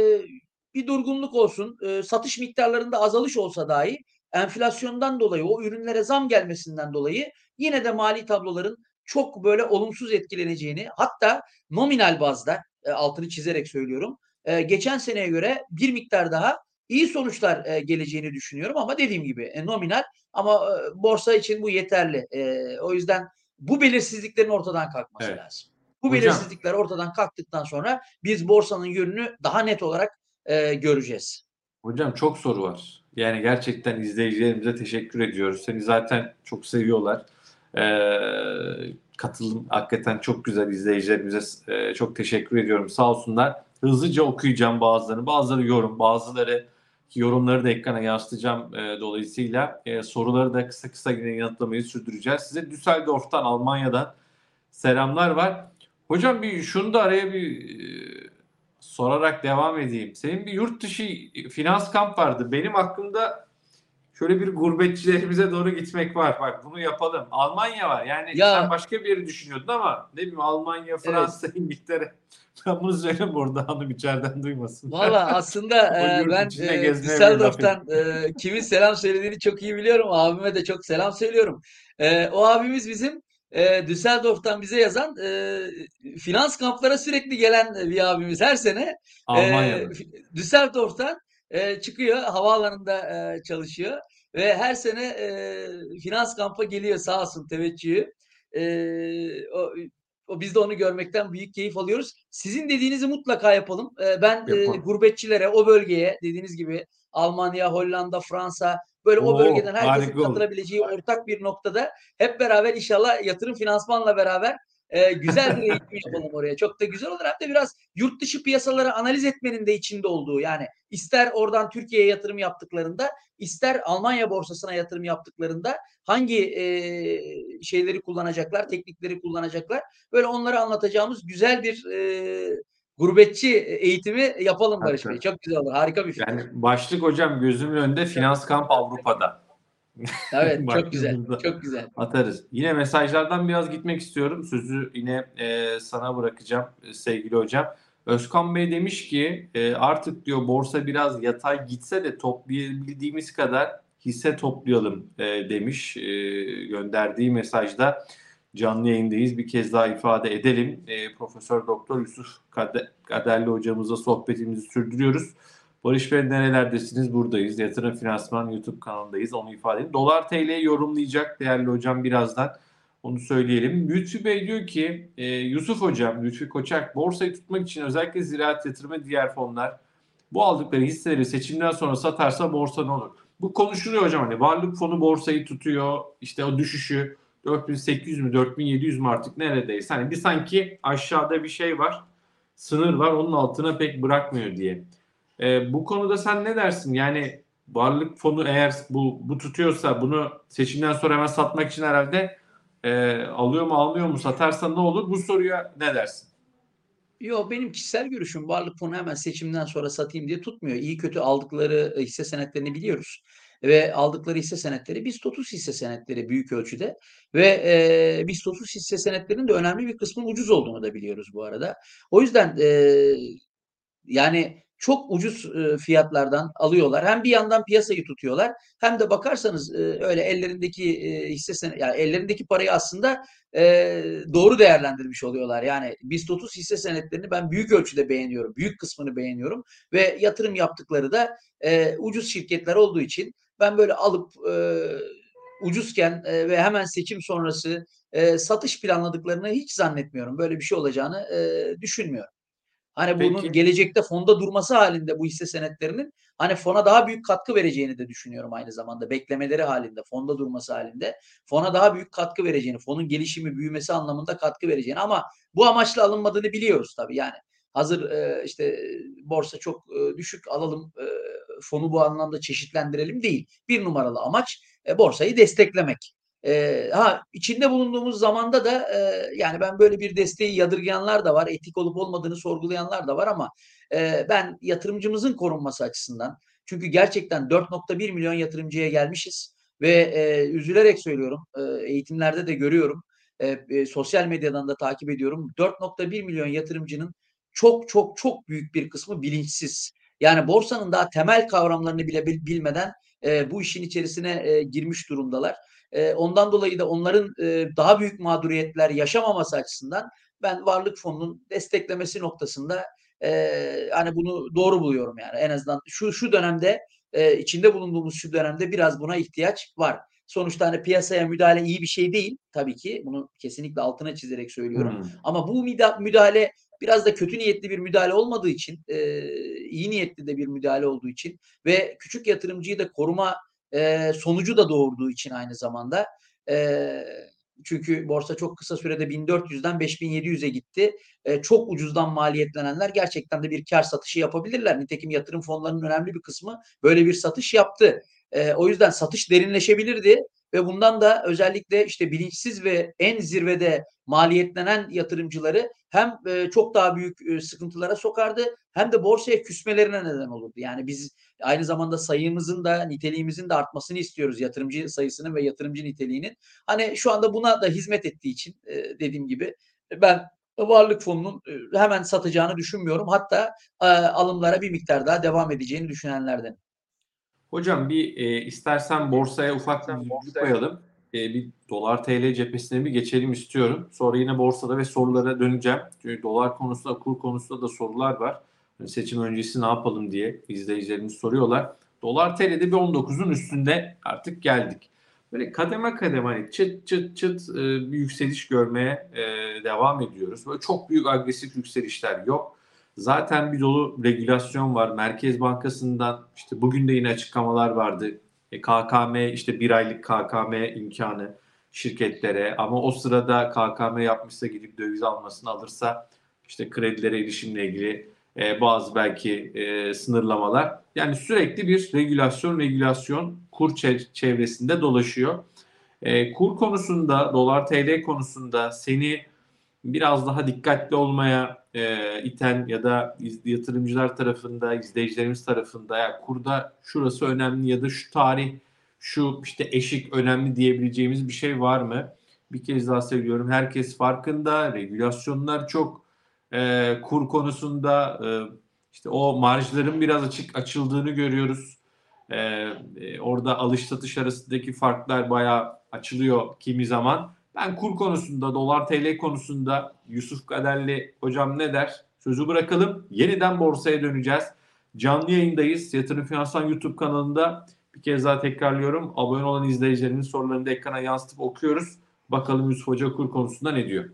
bir durgunluk olsun, satış miktarlarında azalış olsa dahi enflasyondan dolayı o ürünlere zam gelmesinden dolayı yine de mali tabloların çok böyle olumsuz etkileneceğini hatta nominal bazda altını çizerek söylüyorum geçen seneye göre bir miktar daha iyi sonuçlar geleceğini düşünüyorum ama dediğim gibi nominal ama borsa için bu yeterli. O yüzden bu belirsizliklerin ortadan kalkması Evet. lazım. Bu Hocam, belirsizlikler ortadan kalktıktan sonra biz borsanın yönünü daha net olarak göreceğiz. hocam çok soru var. Yani gerçekten izleyicilerimize teşekkür ediyoruz. Seni zaten çok seviyorlar. Katılım hakikaten çok güzel izleyicilerimize çok teşekkür ediyorum. Sağ olsunlar. Hızlıca okuyacağım bazılarını. Bazıları yorum, bazıları yorumları da ekrana yansıtacağım. Dolayısıyla soruları da kısa kısa yine yanıtlamayı sürdüreceğiz. Size Düsseldorf'tan, Almanya'dan selamlar var. Hocam bir şunu da araya bir sorarak devam edeyim. Senin bir yurt dışı finans kamp vardı. Benim aklımda şöyle bir gurbetçilerimize doğru gitmek var. Bak bunu yapalım. Almanya var. Yani sen Ya başka bir yeri düşünüyordun ama ne bileyim Almanya, evet. Fransa, İngiltere. Ben bunu söyleyeyim burada hanım içeriden duymasın. Valla aslında O yurt ben içinde gezmeye bir laf edeyim. Düsseldorf'tan kimin selam söylediğini çok iyi biliyorum. Abime de çok selam söylüyorum. O abimiz bizim Düsseldorf'tan bize yazan finans kamplara sürekli gelen bir abimiz. Her sene Almanya'da. Düsseldorf'tan çıkıyor, havaalanında çalışıyor ve her sene finans kampa geliyor sağ olsun teveccühü. Biz de onu görmekten büyük keyif alıyoruz. Sizin dediğinizi mutlaka yapalım. Ben Yapalım. gurbetçilere, o bölgeye dediğiniz gibi Almanya, Hollanda, Fransa böyle o bölgeden Oo, herkesin harika olur. katılabileceği ortak bir noktada hep beraber inşallah yatırım finansmanla beraber güzel bir eğitim yapalım oraya. Çok da güzel olur. Hem de biraz yurt dışı piyasaları analiz etmenin de içinde olduğu yani ister oradan Türkiye'ye yatırım yaptıklarında ister Almanya borsasına yatırım yaptıklarında hangi şeyleri kullanacaklar, teknikleri kullanacaklar. Böyle onlara anlatacağımız güzel bir gurbetçi eğitimi yapalım Tabii, Barış Bey. tabii. Çok güzel olur. Harika bir Yani fikir. başlık hocam gözümün önünde finans kamp Avrupa'da. Evet, çok Başlığı güzel. burada Çok güzel. atarız. Yine mesajlardan biraz gitmek istiyorum. Sözü yine sana bırakacağım sevgili hocam. Özkan Bey demiş ki artık diyor borsa biraz yatay gitse de toplayabildiğimiz kadar hisse toplayalım demiş. Gönderdiği mesajda canlı yayındayız. Bir kez daha ifade edelim. Profesör Doktor Yusuf Kaderli hocamızla sohbetimizi sürdürüyoruz. Barış Bey nerelerdesiniz? Buradayız. Yatırım Finansman YouTube kanalındayız. Onu ifade edin. Dolar TL'yi yorumlayacak değerli hocam birazdan. Onu söyleyelim. Lütfi Bey diyor ki Yusuf hocam, Lütfi Koçak borsayı tutmak için özellikle ziraat yatırımı diğer fonlar bu aldıkları hisseleri seçimden sonra satarsa borsa ne olur? Bu konuşuluyor hocam hani varlık fonu borsayı tutuyor. İşte o düşüşü 4800 mü 4700 mü artık neredeyse. Hani bir sanki aşağıda bir şey var. Sınır var onun altına pek bırakmıyor diye. Bu konuda sen ne dersin? Yani varlık fonu eğer bu tutuyorsa bunu seçimden sonra hemen satmak için herhalde alıyor mu almıyor mu satarsa ne olur? Bu soruya ne dersin? Yo, benim kişisel görüşüm varlık fonu hemen seçimden sonra satayım diye tutmuyor. İyi kötü aldıkları hisse senetlerini biliyoruz ve aldıkları hisse senetleri BIST 30 hisse senetleri büyük ölçüde ve BIST 30 hisse senetlerinin de önemli bir kısmının ucuz olduğunu da biliyoruz bu arada. O yüzden yani çok ucuz fiyatlardan alıyorlar. Hem bir yandan piyasayı tutuyorlar hem de bakarsanız öyle ellerindeki yani ellerindeki parayı aslında doğru değerlendirmiş oluyorlar. Yani BIST 30 hisse senetlerini ben büyük ölçüde beğeniyorum. Büyük kısmını beğeniyorum ve yatırım yaptıkları da ucuz şirketler olduğu için ben böyle alıp ucuzken ve hemen seçim sonrası satış planladıklarını hiç zannetmiyorum. Böyle bir şey olacağını düşünmüyorum. Hani bunun Peki. gelecekte fonda durması halinde bu hisse senetlerinin hani fona daha büyük katkı vereceğini de düşünüyorum aynı zamanda. Beklemeleri halinde, fonda durması halinde fona daha büyük katkı vereceğini, fonun gelişimi, büyümesi anlamında katkı vereceğini ama bu amaçla alınmadığını biliyoruz tabii. Yani hazır işte borsa çok düşük alalım fonu bu anlamda çeşitlendirelim değil. Bir numaralı amaç borsayı desteklemek. İçinde bulunduğumuz zamanda da yani ben böyle bir desteği yadırgayanlar da var, etik olup olmadığını sorgulayanlar da var ama ben yatırımcımızın korunması açısından çünkü gerçekten 4,1 milyon yatırımcıya gelmişiz ve üzülerek söylüyorum, eğitimlerde de görüyorum, sosyal medyadan da takip ediyorum. 4,1 milyon yatırımcının çok çok çok büyük bir kısmı bilinçsiz. Yani borsanın daha temel kavramlarını bile bilmeden bu işin içerisine girmiş durumdalar. Ondan dolayı da onların daha büyük mağduriyetler yaşamaması açısından ben varlık fonunun desteklemesi noktasında hani bunu doğru buluyorum yani en azından şu dönemde içinde bulunduğumuz şu dönemde biraz buna ihtiyaç var. Sonuçta hani piyasaya müdahale iyi bir şey değil tabii ki. Bunu kesinlikle altına çizerek söylüyorum. Hmm. Ama bu müdahale biraz da kötü niyetli bir müdahale olmadığı için, iyi niyetli de bir müdahale olduğu için ve küçük yatırımcıyı da koruma sonucu da doğurduğu için aynı zamanda çünkü borsa çok kısa sürede 1400'den 5700'e gitti. Çok ucuzdan maliyetlenenler gerçekten de bir kar satışı yapabilirler. Nitekim yatırım fonlarının önemli bir kısmı böyle bir satış yaptı. O yüzden satış derinleşebilirdi. ve bundan da özellikle işte bilinçsiz ve en zirvede maliyetlenen yatırımcıları hem çok daha büyük sıkıntılara sokardı hem de borsaya küsmelerine neden olurdu. Yani biz aynı zamanda sayımızın da niteliğimizin de artmasını istiyoruz. Yatırımcı sayısının ve yatırımcı niteliğinin. Hani şu anda buna da hizmet ettiği için dediğim gibi ben varlık fonunun hemen satacağını düşünmüyorum. Hatta alımlara bir miktar daha devam edeceğini düşünenlerden. Hocam bir istersen borsaya ufak bir virgül koyalım. Bir dolar TL cephesine bir geçelim istiyorum. Sonra yine borsada ve sorulara döneceğim. Çünkü dolar konusunda, kur konusunda da sorular var. Hani seçim öncesi ne yapalım diye izleyicilerimiz soruyorlar. Dolar TL'de bir 19'un üstünde artık geldik. Böyle kademe kademe hani çıt çıt çıt bir yükseliş görmeye devam ediyoruz. Böyle çok büyük agresif yükselişler yok. Zaten bir dolu regülasyon var. Merkez Bankası'ndan işte bugün de yine açıklamalar vardı. KKM işte bir aylık KKM imkanı şirketlere ama o sırada KKM yapmışsa gidip döviz almasını alırsa işte kredilere erişimle ilgili bazı belki sınırlamalar. Yani sürekli bir regülasyon kur çevresinde dolaşıyor. Kur konusunda, dolar TL konusunda seni biraz daha dikkatli olmaya iten ya da yatırımcılar tarafında, izleyicilerimiz tarafında ya kurda şurası önemli ya da şu tarih, şu işte eşik önemli diyebileceğimiz bir şey var mı? Bir kez daha söylüyorum. Herkes farkında. Regülasyonlar çok kur konusunda işte o marjların biraz açıldığını görüyoruz. Orada alış satış arasındaki farklar bayağı açılıyor kimi zaman. Ben kur konusunda, dolar TL konusunda Yusuf Kaderli hocam ne der? Sözü bırakalım. Yeniden borsaya döneceğiz. Canlı yayındayız. Yatırım Finansman YouTube kanalında. Bir kez daha tekrarlıyorum. Abone olan izleyicilerin sorularını da ekrana yansıtıp okuyoruz. Bakalım Yusuf Hoca kur konusunda ne diyor?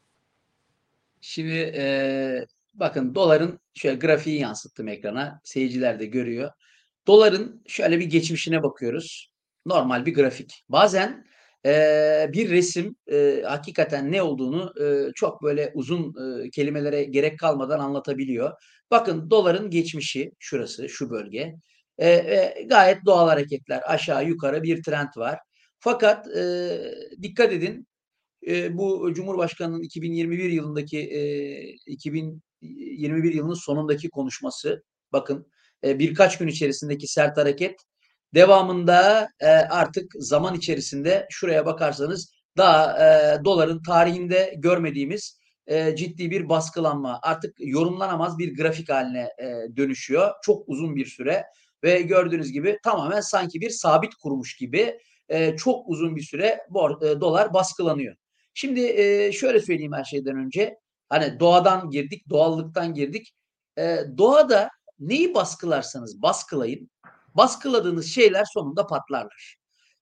Şimdi bakın doların şöyle grafiği yansıttım ekrana. Seyirciler de görüyor. Doların şöyle bir geçmişine bakıyoruz. Normal bir grafik. Bazen bir resim hakikaten ne olduğunu çok böyle uzun kelimelere gerek kalmadan anlatabiliyor. Bakın doların geçmişi şurası, şu bölge. Gayet doğal hareketler. Aşağı yukarı bir trend var. Fakat dikkat edin bu Cumhurbaşkanı'nın 2021 yılındaki 2021 yılının sonundaki konuşması. Bakın birkaç gün içerisindeki sert hareket devamında artık zaman içerisinde şuraya bakarsanız daha doların tarihinde görmediğimiz ciddi bir baskılanma artık yorumlanamaz bir grafik haline dönüşüyor. Çok uzun bir süre ve gördüğünüz gibi tamamen sanki bir sabit kurmuş gibi çok uzun bir süre dolar baskılanıyor. Şimdi şöyle söyleyeyim her şeyden önce. Hani doğadan girdik, doğallıktan girdik. Doğada neyi baskılarsanız baskılayın, baskıladığınız şeyler sonunda patlarlar.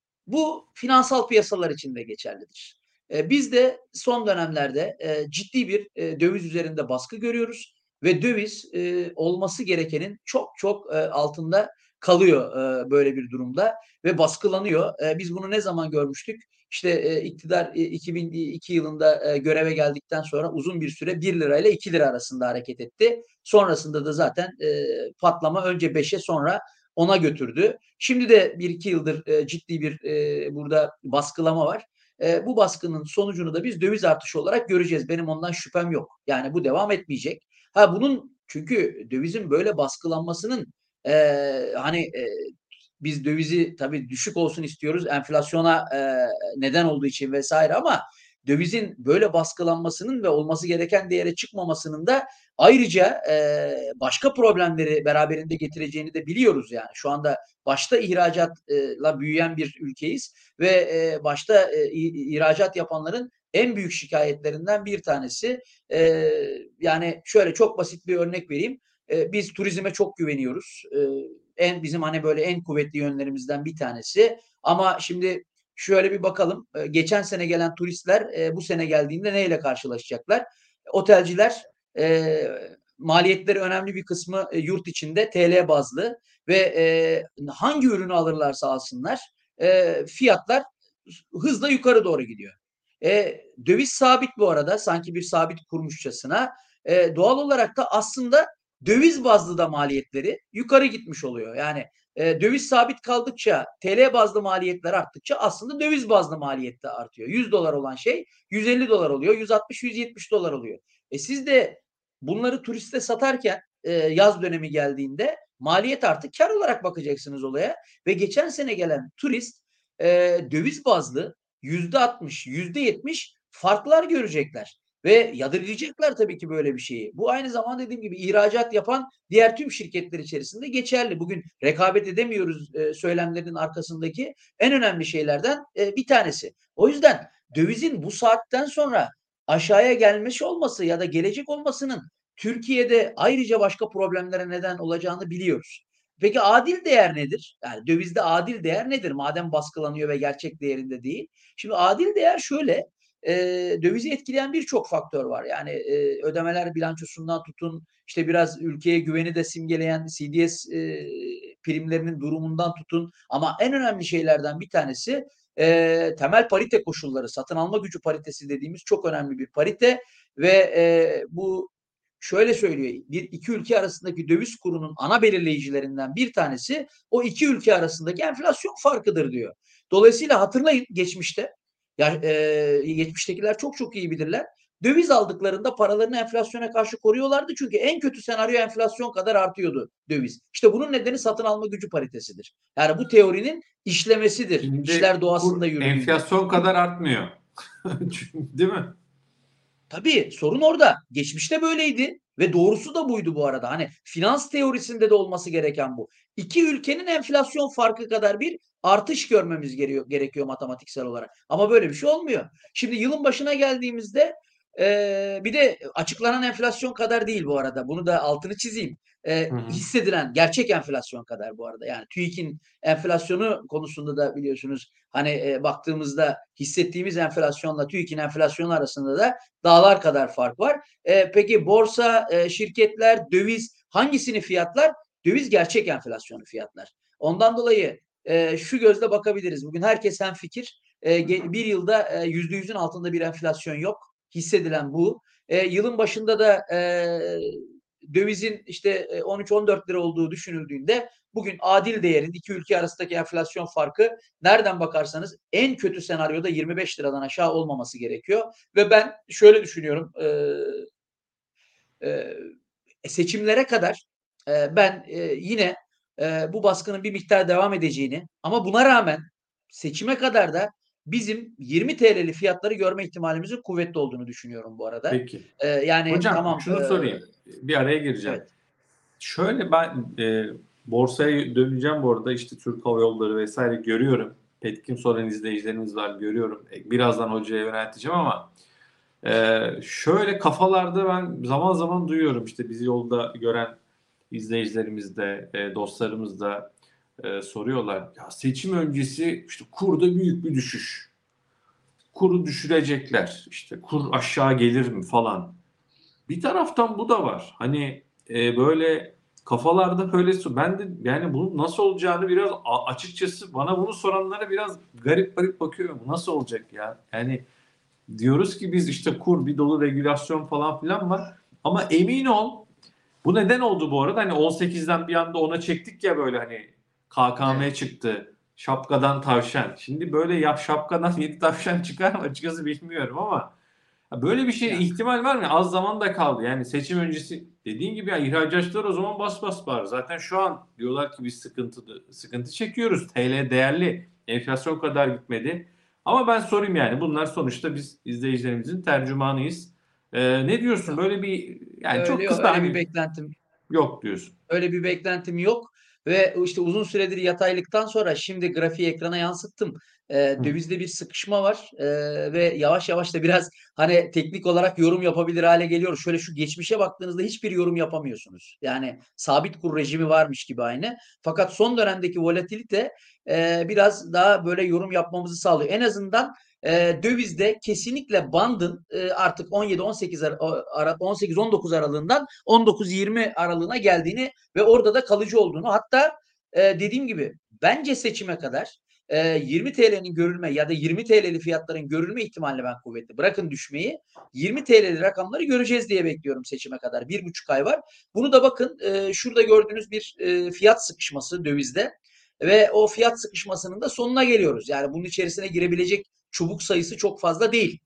Bu finansal piyasalar için de geçerlidir. Biz de son dönemlerde ciddi bir döviz üzerinde baskı görüyoruz ve döviz olması gerekenin çok çok altında kalıyor böyle bir durumda ve baskılanıyor. Biz bunu ne zaman görmüştük? İşte iktidar 2002 yılında göreve geldikten sonra uzun bir süre 1 lira ile 2 lira arasında hareket etti. Sonrasında da zaten patlama önce 5'e sonra ona götürdü. Şimdi de 1-2 yıldır ciddi bir burada baskılama var. Bu baskının sonucunu da biz döviz artışı olarak göreceğiz. Benim ondan şüphem yok. Yani bu devam etmeyecek. Ha bunun çünkü dövizin böyle baskılanmasının hani biz dövizi tabii düşük olsun istiyoruz enflasyona neden olduğu için vesaire ama dövizin böyle baskılanmasının ve olması gereken değere çıkmamasının da ayrıca başka problemleri beraberinde getireceğini de biliyoruz yani. Şu anda başta ihracatla büyüyen bir ülkeyiz ve başta ihracat yapanların en büyük şikayetlerinden bir tanesi. Yani şöyle çok basit bir örnek vereyim. Biz turizme çok güveniyoruz. En bizim hani böyle en kuvvetli yönlerimizden bir tanesi. Ama şimdi şöyle bir bakalım. Geçen sene gelen turistler bu sene geldiğinde neyle karşılaşacaklar? Otelciler maliyetleri önemli bir kısmı yurt içinde TL bazlı ve hangi ürünü alırlarsa alsınlar fiyatlar hızla yukarı doğru gidiyor. Döviz sabit bu arada sanki bir sabit kurmuşçasına. Doğal olarak da aslında döviz bazlı da maliyetleri yukarı gitmiş oluyor. Yani Döviz sabit kaldıkça, TL bazlı maliyetler arttıkça aslında döviz bazlı maliyet de artıyor. 100 dolar olan şey 150 dolar oluyor, 160-170 dolar oluyor. Siz de bunları turiste satarken yaz dönemi geldiğinde maliyet artık kar olarak bakacaksınız olaya ve geçen sene gelen turist döviz bazlı %60, %70 farklar görecekler. Ve yadırgayacaklar tabii ki böyle bir şeyi. Bu aynı zamanda dediğim gibi ihracat yapan diğer tüm şirketler içerisinde geçerli. Bugün rekabet edemiyoruz söylemlerinin arkasındaki en önemli şeylerden bir tanesi. O yüzden dövizin bu saatten sonra aşağıya gelmiş olması ya da gelecek olmasının Türkiye'de ayrıca başka problemlere neden olacağını biliyoruz. Peki adil değer nedir? Yani dövizde adil değer nedir? Madem baskılanıyor ve gerçek değerinde değil. Şimdi adil değer şöyle, dövizi etkileyen birçok faktör var. Yani ödemeler bilançosundan tutun, işte biraz ülkeye güveni de simgeleyen CDS primlerinin durumundan tutun. Ama en önemli şeylerden bir tanesi temel parite koşulları, satın alma gücü paritesi dediğimiz çok önemli bir parite ve bu şöyle söylüyor. İki ülke arasındaki döviz kurunun ana belirleyicilerinden bir tanesi o iki ülke arasındaki enflasyon farkıdır diyor. Dolayısıyla hatırlayın geçmişte geçmiştekiler çok çok iyi bilirler. Döviz aldıklarında paralarını enflasyona karşı koruyorlardı. Çünkü en kötü senaryo enflasyon kadar artıyordu döviz. İşte bunun nedeni satın alma gücü paritesidir. Yani bu teorinin işlemesidir. Şimdi İşler doğasında kur yürüdüğünde. enflasyon kadar artmıyor. Değil mi? Tabii sorun orada. Geçmişte böyleydi ve doğrusu da buydu bu arada. Hani finans teorisinde de olması gereken bu. İki ülkenin enflasyon farkı kadar bir artış görmemiz gerekiyor matematiksel olarak. Ama böyle bir şey olmuyor. Şimdi yılın başına geldiğimizde bir de açıklanan enflasyon kadar değil bu arada. Bunu da altını çizeyim. Hı hı. Hissedilen gerçek enflasyon kadar bu arada. Yani TÜİK'in enflasyonu konusunda da biliyorsunuz hani baktığımızda hissettiğimiz enflasyonla TÜİK'in enflasyonu arasında da dağlar kadar fark var. Peki borsa, şirketler, döviz hangisini fiyatlar? Döviz gerçek enflasyonu fiyatlar. Ondan dolayı şu gözle bakabiliriz. Bugün herkes hemfikir. Bir yılda %100'ün altında bir enflasyon yok. Hissedilen bu. Yılın başında da dövizin işte 13-14 lira olduğu düşünüldüğünde bugün adil değerin iki ülke arasındaki enflasyon farkı nereden bakarsanız en kötü senaryoda 25 liradan aşağı olmaması gerekiyor. Ve ben şöyle düşünüyorum. Seçimlere kadar ben yine bu baskının bir miktar devam edeceğini ama buna rağmen seçime kadar da bizim 20 TL'li fiyatları görme ihtimalimizin kuvvetli olduğunu düşünüyorum bu arada. Peki. Yani Hocam tamam şunu sorayım. Bir araya gireceğim. evet. Şöyle ben borsaya döneceğim bu arada işte Türk Hava Yolları vesaire görüyorum. Petkim soran izleyicilerimiz var görüyorum. Birazdan hocaya yönelteceğim ama şöyle kafalarda ben zaman zaman duyuyorum işte bizi yolda gören izleyicilerimiz de dostlarımız da soruyorlar. Ya seçim öncesi işte kurda büyük bir düşüş. Kuru düşürecekler. İşte kur aşağı gelir mi falan. Bir taraftan bu da var. Hani böyle kafalarda böyle ben de yani bunun nasıl olacağını biraz açıkçası bana bunu soranlara biraz garip garip bakıyorum. Bu nasıl olacak ya? Yani diyoruz ki biz işte kur bir dolu regülasyon falan filan var. Ama emin ol bu neden oldu bu arada? Hani 18'den bir anda ona çektik ya böyle hani KKM Evet. çıktı. Şapkadan tavşan. Şimdi böyle yap şapkadan 7 tavşan çıkar mı açıkçası bilmiyorum ama böyle bir şey Ya ihtimal var mı? Az zaman da kaldı. Yani seçim öncesi dediğin gibi ya ihracatçılar o zaman bas bas bağır. Zaten şu an diyorlar ki biz sıkıntı çekiyoruz. TL değerli. Enflasyon kadar gitmedi. Ama ben sorayım yani bunlar sonuçta biz izleyicilerimizin tercümanıyız. Ne diyorsun? yok. Böyle bir yani çok Öyle kısa öyle bir hani beklentim yok diyorsun. Öyle bir beklentim yok ve işte uzun süredir yataylıktan sonra şimdi grafiği ekrana yansıttım. Hı. Dövizde bir sıkışma var ve yavaş yavaş da biraz hani teknik olarak yorum yapabilir hale geliyoruz. Şöyle şu geçmişe baktığınızda hiçbir yorum yapamıyorsunuz. Yani sabit kur rejimi varmış gibi aynı. Fakat son dönemdeki volatilite biraz daha böyle yorum yapmamızı sağlıyor. En azından dövizde kesinlikle bandın artık 17-18 18-19 aralığından 19-20 aralığına geldiğini ve orada da kalıcı olduğunu hatta dediğim gibi bence seçime kadar 20 TL'nin görülme ya da 20 TL'li fiyatların görülme ihtimalini ben kuvvetli. Bırakın düşmeyi, 20 TL'li rakamları göreceğiz diye bekliyorum seçime kadar. 1,5 ay var. Bunu da bakın şurada gördüğünüz bir fiyat sıkışması dövizde ve o fiyat sıkışmasının da sonuna geliyoruz. Yani bunun içerisine girebilecek çubuk sayısı çok fazla değil.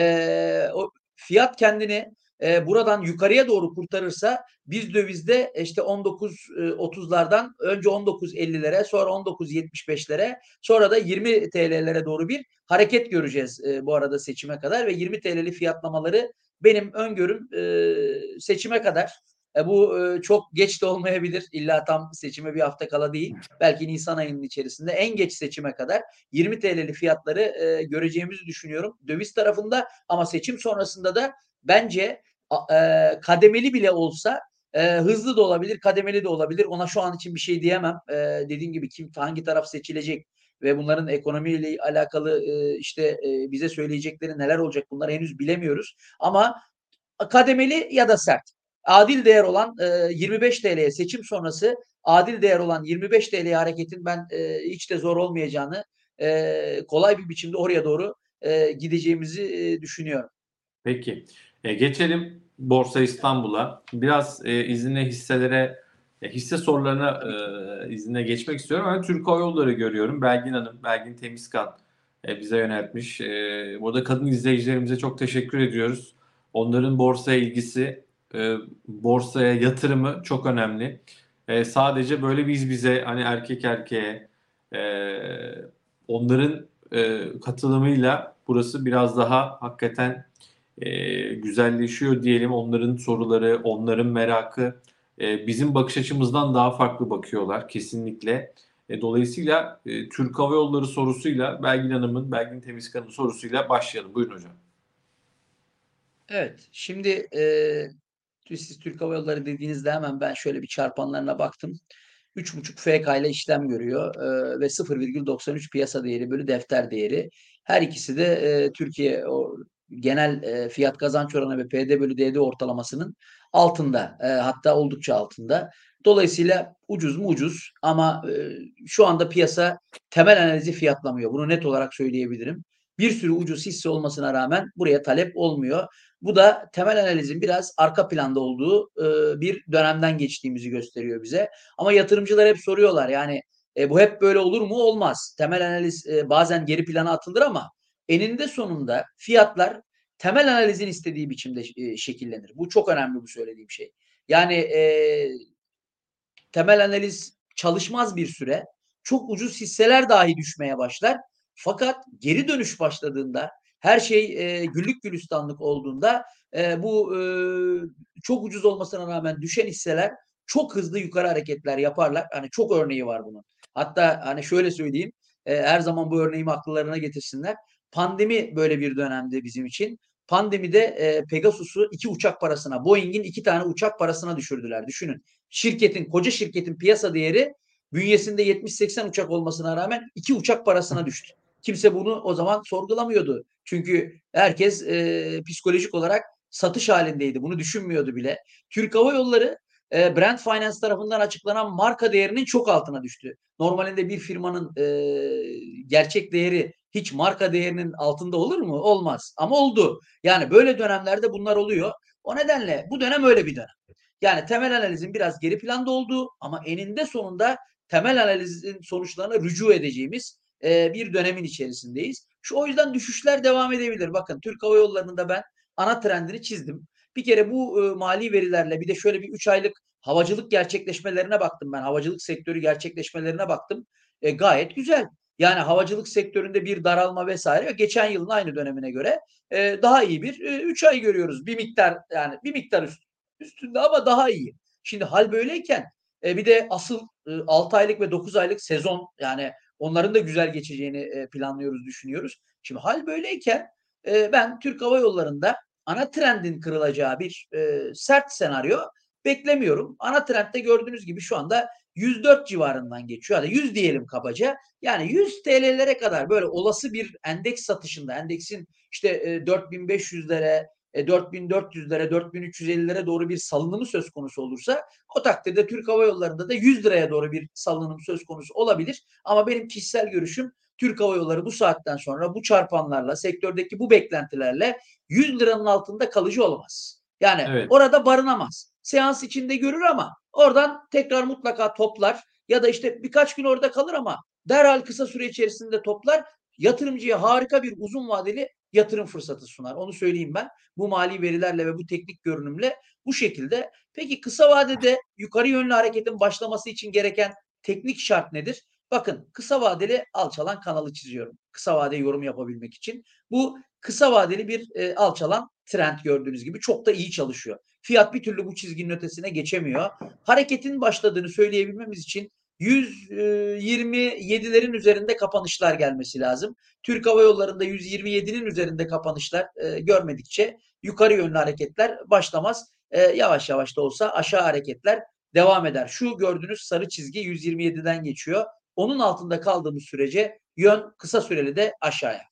O fiyat kendini buradan yukarıya doğru kurtarırsa biz dövizde işte 19.30'lardan önce 19.50'lere sonra 19.75'lere sonra da 20 TL'lere doğru bir hareket göreceğiz bu arada seçime kadar ve 20 TL'li fiyatlamaları benim öngörüm seçime kadar. Bu çok geç de olmayabilir. İlla tam seçime bir hafta kala değil. Belki Nisan ayının içerisinde en geç seçime kadar 20 TL'li fiyatları göreceğimizi düşünüyorum. Döviz tarafında ama seçim sonrasında da bence kademeli bile olsa hızlı da olabilir, kademeli de olabilir. Ona şu an için bir şey diyemem. Dediğim gibi hangi taraf seçilecek ve bunların ekonomiyle alakalı işte bize söyleyecekleri neler olacak bunları henüz bilemiyoruz. Ama kademeli ya da sert. Adil değer olan 25 TL'ye seçim sonrası adil değer olan 25 TL'ye hareketin ben hiç de zor olmayacağını kolay bir biçimde oraya doğru gideceğimizi düşünüyorum. Peki. Geçelim Borsa İstanbul'a. Biraz izninle hisselere, hisse sorularına izninle geçmek istiyorum. Ben Türk Hava Yolları görüyorum. Belgin Hanım, Belgin Temizkan bize yöneltmiş. Burada kadın izleyicilerimize çok teşekkür ediyoruz. Onların borsaya ilgisi, borsaya yatırımı çok önemli. Sadece böyle biz bize hani erkek erkeğe e, onların katılımıyla burası biraz daha hakikaten güzelleşiyor diyelim. Onların soruları, onların merakı bizim bakış açımızdan daha farklı bakıyorlar kesinlikle. Dolayısıyla Türk Hava Yolları sorusuyla Belgin Hanım'ın, Belgin Temizkan'ın sorusuyla başlayalım. Buyurun hocam. Evet, şimdi siz Türk Hava Yolları dediğinizde hemen ben şöyle bir çarpanlarına baktım. 3,5 FK ile işlem görüyor ve 0,93 piyasa değeri bölü defter değeri. Her ikisi de Türkiye o genel fiyat kazanç oranı ve PD bölü DD ortalamasının altında. Hatta oldukça altında. Dolayısıyla ucuz mu ucuz ama şu anda piyasa temel analizi fiyatlamıyor. Bunu net olarak söyleyebilirim. Bir sürü ucuz hisse olmasına rağmen buraya talep olmuyor. Bu da temel analizin biraz arka planda olduğu bir dönemden geçtiğimizi gösteriyor bize. Ama yatırımcılar hep soruyorlar yani bu hep böyle olur mu? Olmaz. Temel analiz bazen geri plana atılır ama eninde sonunda fiyatlar temel analizin istediği biçimde şekillenir. Bu çok önemli bu söylediğim şey. Yani temel analiz çalışmaz bir süre. Çok ucuz hisseler dahi düşmeye başlar. Fakat geri dönüş başladığında her şey güllük gülistanlık olduğunda bu çok ucuz olmasına rağmen düşen hisseler çok hızlı yukarı hareketler yaparlar. Hani çok örneği var bunun. Hatta hani şöyle söyleyeyim her zaman bu örneğimi akıllarına getirsinler. Pandemi böyle bir dönemde bizim için. Pandemide Pegasus'u 2 uçak parasına, Boeing'in 2 tane uçak parasına düşürdüler. Düşünün koca şirketin piyasa değeri bünyesinde 70-80 uçak olmasına rağmen 2 uçak parasına düştü. Kimse bunu o zaman sorgulamıyordu. Çünkü herkes psikolojik olarak satış halindeydi. Bunu düşünmüyordu bile. Türk Hava Yolları Brand Finance tarafından açıklanan marka değerinin çok altına düştü. Normalinde bir firmanın gerçek değeri hiç marka değerinin altında olur mu? Olmaz. Ama oldu. Yani böyle dönemlerde bunlar oluyor. O nedenle bu dönem öyle bir dönem. Yani temel analizin biraz geri planda olduğu ama eninde sonunda temel analizin sonuçlarına rücu edeceğimiz bir dönemin içerisindeyiz. O yüzden düşüşler devam edebilir. Bakın Türk Hava Yolları'nda ben ana trendini çizdim. Bir kere bu mali verilerle bir de şöyle bir 3 aylık havacılık gerçekleşmelerine baktım ben. Havacılık sektörü gerçekleşmelerine baktım. Gayet güzel. Yani havacılık sektöründe bir daralma vesaire geçen yılın aynı dönemine göre daha iyi bir 3 ay görüyoruz. Bir miktar yani bir miktar üstünde ama daha iyi. Şimdi hal böyleyken bir de asıl 6 aylık ve 9 aylık sezon yani onların da güzel geçeceğini planlıyoruz, düşünüyoruz. Şimdi hal böyleyken ben Türk Hava Yolları'nda ana trendin kırılacağı bir sert senaryo beklemiyorum. Ana trendde gördüğünüz gibi şu anda 104 civarından geçiyor. Hadi 100 diyelim kabaca. Yani 100 TL'lere kadar böyle olası bir endeks satışında, endeksin işte 4500'lere 4400'lere, 4350'lere doğru bir salınımı söz konusu olursa o takdirde Türk Hava Yolları'nda da 100 liraya doğru bir salınım söz konusu olabilir. Ama benim kişisel görüşüm Türk Hava Yolları bu saatten sonra bu çarpanlarla, sektördeki bu beklentilerle 100 liranın altında kalıcı olamaz. Yani Evet. orada barınamaz. Seans içinde görür ama oradan tekrar mutlaka toplar ya da işte birkaç gün orada kalır ama derhal kısa süre içerisinde toplar. Yatırımcıya harika bir uzun vadeli yatırım fırsatı sunar. Onu söyleyeyim ben. Bu mali verilerle ve bu teknik görünümle bu şekilde. Peki kısa vadede yukarı yönlü hareketin başlaması için gereken teknik şart nedir? Bakın kısa vadeli alçalan kanalı çiziyorum. Kısa vade yorum yapabilmek için. Bu kısa vadeli bir alçalan trend gördüğünüz gibi çok da iyi çalışıyor. Fiyat bir türlü bu çizginin ötesine geçemiyor. Hareketin başladığını söyleyebilmemiz için 127'lerin üzerinde kapanışlar gelmesi lazım. Türk Hava Yolları'nda 127'nin üzerinde kapanışlar görmedikçe yukarı yönlü hareketler başlamaz. Yavaş yavaş da olsa aşağı hareketler devam eder. Şu gördüğünüz sarı çizgi 127'den geçiyor. Onun altında kaldığımız sürece yön kısa süreli de aşağıya.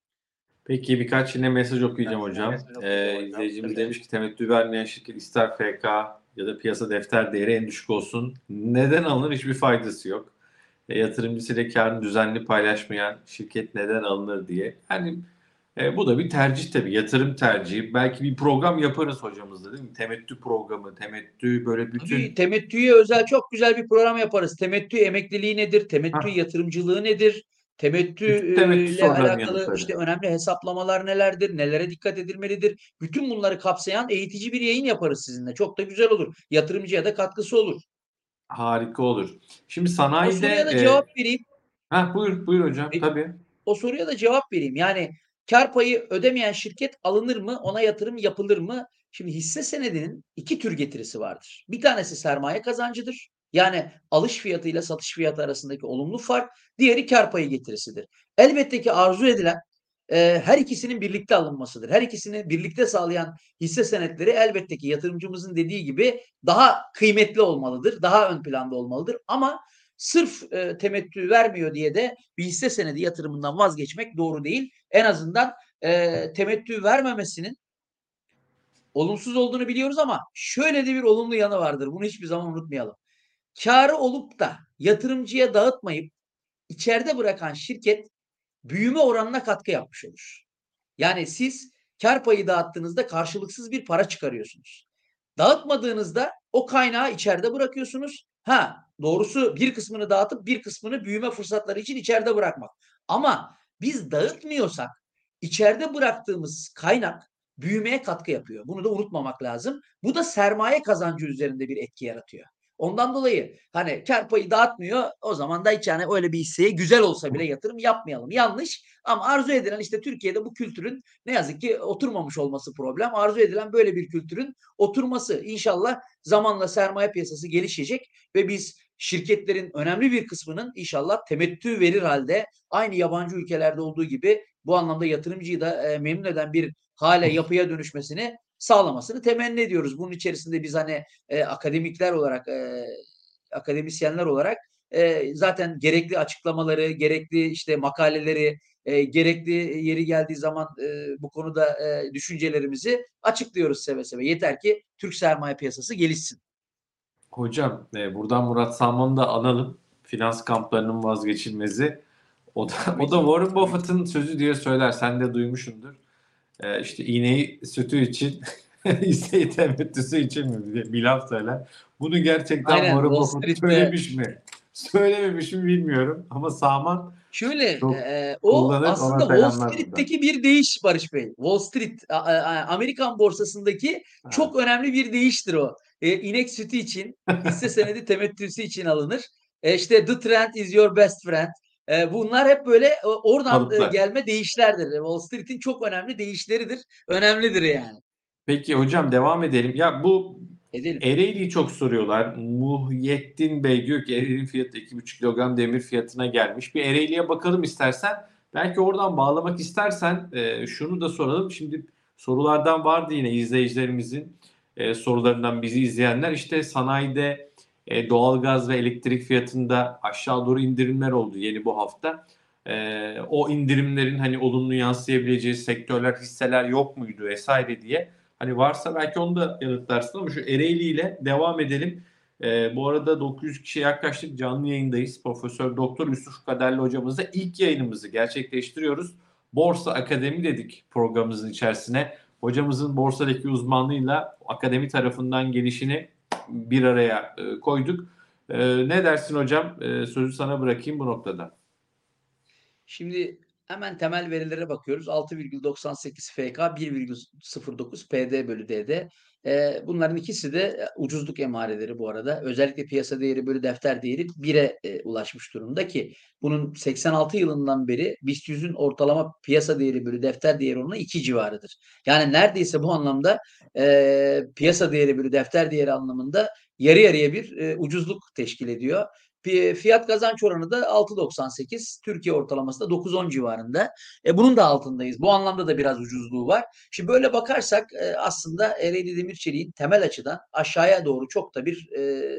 Peki birkaç yine mesaj okuyacağım hocam. İzleyicimiz demiş ki temettü vermeyen şirket ister FK ya da piyasa defter değeri en düşük olsun. Neden alınır? Hiçbir faydası yok. Yatırımcısıyla karını düzenli paylaşmayan şirket neden alınır diye. Yani bu da bir tercih tabii. Yatırım tercihi. Belki bir program yaparız hocamızla değil mi? Temettü programı, temettü böyle Tabii bütün... temettüye özel çok güzel bir program yaparız. Temettü emekliliği nedir? Temettü Hah, yatırımcılığı nedir? Temettü bütün temettü ile sorularının alakalı yanıtları. işte önemli hesaplamalar nelerdir? Nelere dikkat edilmelidir? Bütün bunları kapsayan eğitici bir yayın yaparız sizinle. Çok da güzel olur. Yatırımcıya da katkısı olur. Harika olur. Şimdi O sanayide... soruya da cevap vereyim. buyur hocam E, tabii. O soruya da cevap vereyim. Yani kar payı ödemeyen şirket alınır mı? Ona yatırım yapılır mı? Şimdi hisse senedinin iki tür getirisi vardır. Bir tanesi sermaye kazancıdır. Yani alış fiyatı ile satış fiyatı arasındaki olumlu fark. Diğeri kar payı getirisidir. Elbette ki arzu edilen her ikisinin birlikte alınmasıdır. Her ikisini birlikte sağlayan hisse senetleri elbette ki yatırımcımızın dediği gibi daha kıymetli olmalıdır. Daha ön planda olmalıdır. Ama sırf temettü vermiyor diye de bir hisse senedi yatırımından vazgeçmek doğru değil. En azından temettü vermemesinin olumsuz olduğunu biliyoruz ama şöyle de bir olumlu yanı vardır. Bunu hiçbir zaman unutmayalım. Kârı olup da yatırımcıya dağıtmayıp içeride bırakan şirket büyüme oranına katkı yapmış olur. Yani siz kar payı dağıttığınızda karşılıksız bir para çıkarıyorsunuz. Dağıtmadığınızda o kaynağı içeride bırakıyorsunuz. Ha, doğrusu bir kısmını dağıtıp bir kısmını büyüme fırsatları için içeride bırakmak. Ama biz dağıtmıyorsak içeride bıraktığımız kaynak büyümeye katkı yapıyor. Bunu da unutmamak lazım. Bu da sermaye kazancı üzerinde bir etki yaratıyor. Ondan dolayı hani kar payı dağıtmıyor o zaman da hiç yani öyle bir hisseye güzel olsa bile yatırım yapmayalım. Yanlış ama arzu edilen işte Türkiye'de bu kültürün ne yazık ki oturmamış olması problem. Arzu edilen böyle bir kültürün oturması. İnşallah zamanla sermaye piyasası gelişecek ve biz şirketlerin önemli bir kısmının inşallah temettü verir halde aynı yabancı ülkelerde olduğu gibi bu anlamda yatırımcıyı da memnun eden bir hale yapıya dönüşmesini sağlamasını temenni ediyoruz. Bunun içerisinde biz hani akademikler olarak akademisyenler olarak zaten gerekli açıklamaları, gerekli işte makaleleri, gerekli yeri geldiği zaman bu konuda düşüncelerimizi açıklıyoruz seve seve. Yeter ki Türk sermaye piyasası gelişsin. Hocam buradan Murat Salman'ı da analım. Finans kamplarının vazgeçilmezi. O da, Tabii o da ki. Warren Buffett'ın sözü diye söyler. Sen de duymuşsundur. İşte iğneyi sütü için, hisseyi temettüsü için mi diye bir laf söyler. Bunu gerçekten Aynen Warren Wall Buffett Street'te söylemiş mi? Söylememiş mi bilmiyorum. Ama Salman şöyle çok o kullanır. aslında Ona Wall selamlar buradan. Street'teki bir değiş Barış Bey. Wall Street Amerikan borsasındaki Ha, çok önemli bir değiştir o. İnek sütü için, hisse senedi temettüsü için alınır. İşte the trend is your best friend. Bunlar hep böyle oradan kalıplar. gelme değişlerdir. Wall Street'in çok önemli değişleridir. Önemlidir yani. Peki hocam devam edelim. Ya bu Edelim. Ereğli'yi çok soruyorlar. Muhyiddin Bey diyor ki Ereğli fiyatı 2,5 kilogram demir fiyatına gelmiş. Bir Ereğli'ye bakalım istersen. Belki oradan bağlamak istersen şunu da soralım. Şimdi sorulardan vardı yine izleyicilerimizin sorularından bizi izleyenler. İşte sanayide doğalgaz ve elektrik fiyatında aşağı doğru indirimler oldu yeni bu hafta. O indirimlerin hani olumlu yansıyabileceği sektörler, hisseler yok muydu vesaire diye. Hani varsa belki onu da yanıtlarsın ama şu Ereğli ile devam edelim. Bu arada 900 kişiye yaklaştık. Canlı yayındayız. Profesör Doktor Yusuf Kaderli hocamızla ilk yayınımızı gerçekleştiriyoruz. Borsa Akademi dedik programımızın içerisine. Hocamızın borsadaki uzmanlığıyla akademi tarafından gelişini bir araya koyduk. Ne dersin hocam? Sözü sana bırakayım bu noktada. Şimdi hemen temel verilere bakıyoruz. 6,98 FK, 1,09 PD bölü DD. Bunların ikisi de ucuzluk emareleri bu arada. Özellikle piyasa değeri bölü defter değeri 1'e ulaşmış durumda ki bunun 86 yılından beri BIST 100'ün ortalama piyasa değeri bölü defter değeri oranı 2 civarıdır. Yani neredeyse bu anlamda piyasa değeri bölü defter değeri anlamında yarı yarıya bir ucuzluk teşkil ediyor. Fiyat kazanç oranı da 6,98. Türkiye ortalaması da 9,10 civarında. Bunun da altındayız. Bu anlamda da biraz ucuzluğu var. Şimdi böyle bakarsak aslında Ereğli Demir Çelik'in temel açıdan aşağıya doğru çok da bir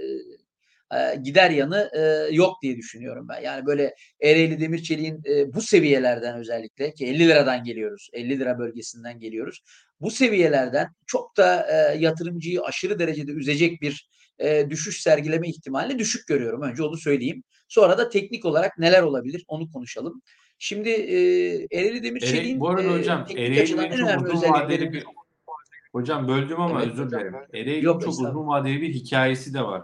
gider yanı yok diye düşünüyorum ben. Yani böyle Ereğli Demir Çelik'in bu seviyelerden özellikle ki 50 liradan geliyoruz. 50 lira bölgesinden geliyoruz. Bu seviyelerden çok da yatırımcıyı aşırı derecede üzecek bir düşüş sergileme ihtimalini düşük görüyorum. Önce onu söyleyeyim. Sonra da teknik olarak neler olabilir onu konuşalım. Şimdi Ereğli Demir Bu Çelik'in arada hocam teknik açıdan Ereğli'nin en çok önemli uzun vadeli özelliklerinden. bir hocam böldüm ama Evet. özür dilerim. Ereğli'nin Yok çok uzun estağfurullah. vadeli bir hikayesi de var.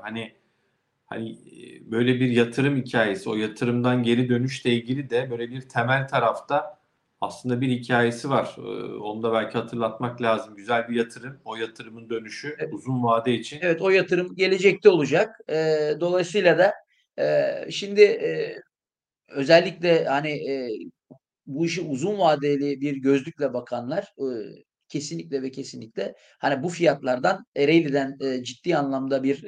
Hani böyle bir yatırım hikayesi, o yatırımdan geri dönüşle ilgili de böyle bir temel tarafta aslında bir hikayesi var. Onu da belki hatırlatmak lazım. Güzel bir yatırım, o yatırımın dönüşü uzun vade için. Evet, o yatırım gelecekte olacak. Dolayısıyla da şimdi özellikle hani bu işi uzun vadeli bir gözlükle bakanlar kesinlikle ve kesinlikle hani bu fiyatlardan Ereğli'den ciddi anlamda bir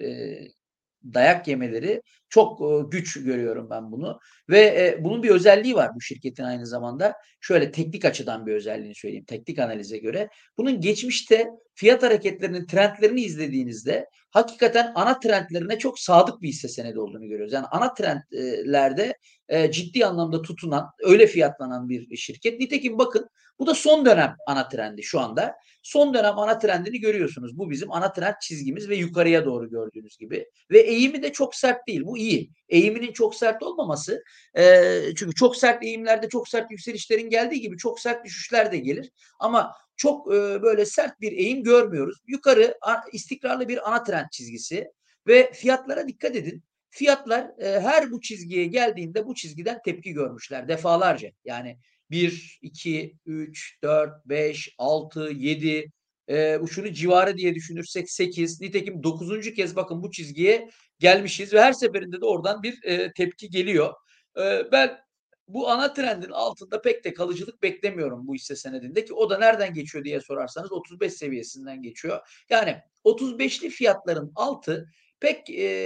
dayak yemeleri çok güç görüyorum ben bunu ve bunun bir özelliği var bu şirketin aynı zamanda. Şöyle teknik açıdan bir özelliğini söyleyeyim, teknik analize göre. Bunun geçmişte fiyat hareketlerinin trendlerini izlediğinizde hakikaten ana trendlerine çok sadık bir hisse senedi olduğunu görüyoruz. Yani ana trendlerde ciddi anlamda tutunan, öyle fiyatlanan bir şirket. Nitekim bakın bu da son dönem ana trendi şu anda. Son dönem ana trendini görüyorsunuz. Bu bizim ana trend çizgimiz ve yukarıya doğru gördüğünüz gibi. Ve eğimi de çok sert değil. Bu iyi. Eğiminin çok sert olmaması çünkü çok sert eğimlerde çok sert yükselişlerin geldiği gibi çok sert düşüşler de gelir. Ama çok böyle sert bir eğim görmüyoruz. Yukarı istikrarlı bir ana trend çizgisi ve fiyatlara dikkat edin. Fiyatlar her bu çizgiye geldiğinde bu çizgiden tepki görmüşler defalarca. Yani 1, 2, 3, 4, 5, 6, 7 şunu civarı diye düşünürsek 8. Nitekim 9. kez bakın bu çizgiye gelmişiz ve her seferinde de oradan bir tepki geliyor. Ben bu ana trendin altında pek de kalıcılık beklemiyorum bu hisse senedinde ki o da nereden geçiyor diye sorarsanız 35 seviyesinden geçiyor. Yani 35'li fiyatların altı pek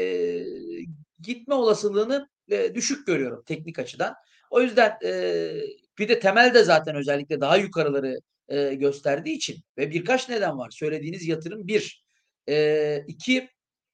gitme olasılığını düşük görüyorum teknik açıdan. O yüzden bir de temel de zaten özellikle daha yukarıları gösterdiği için ve birkaç neden var. Söylediğiniz yatırım bir. İki,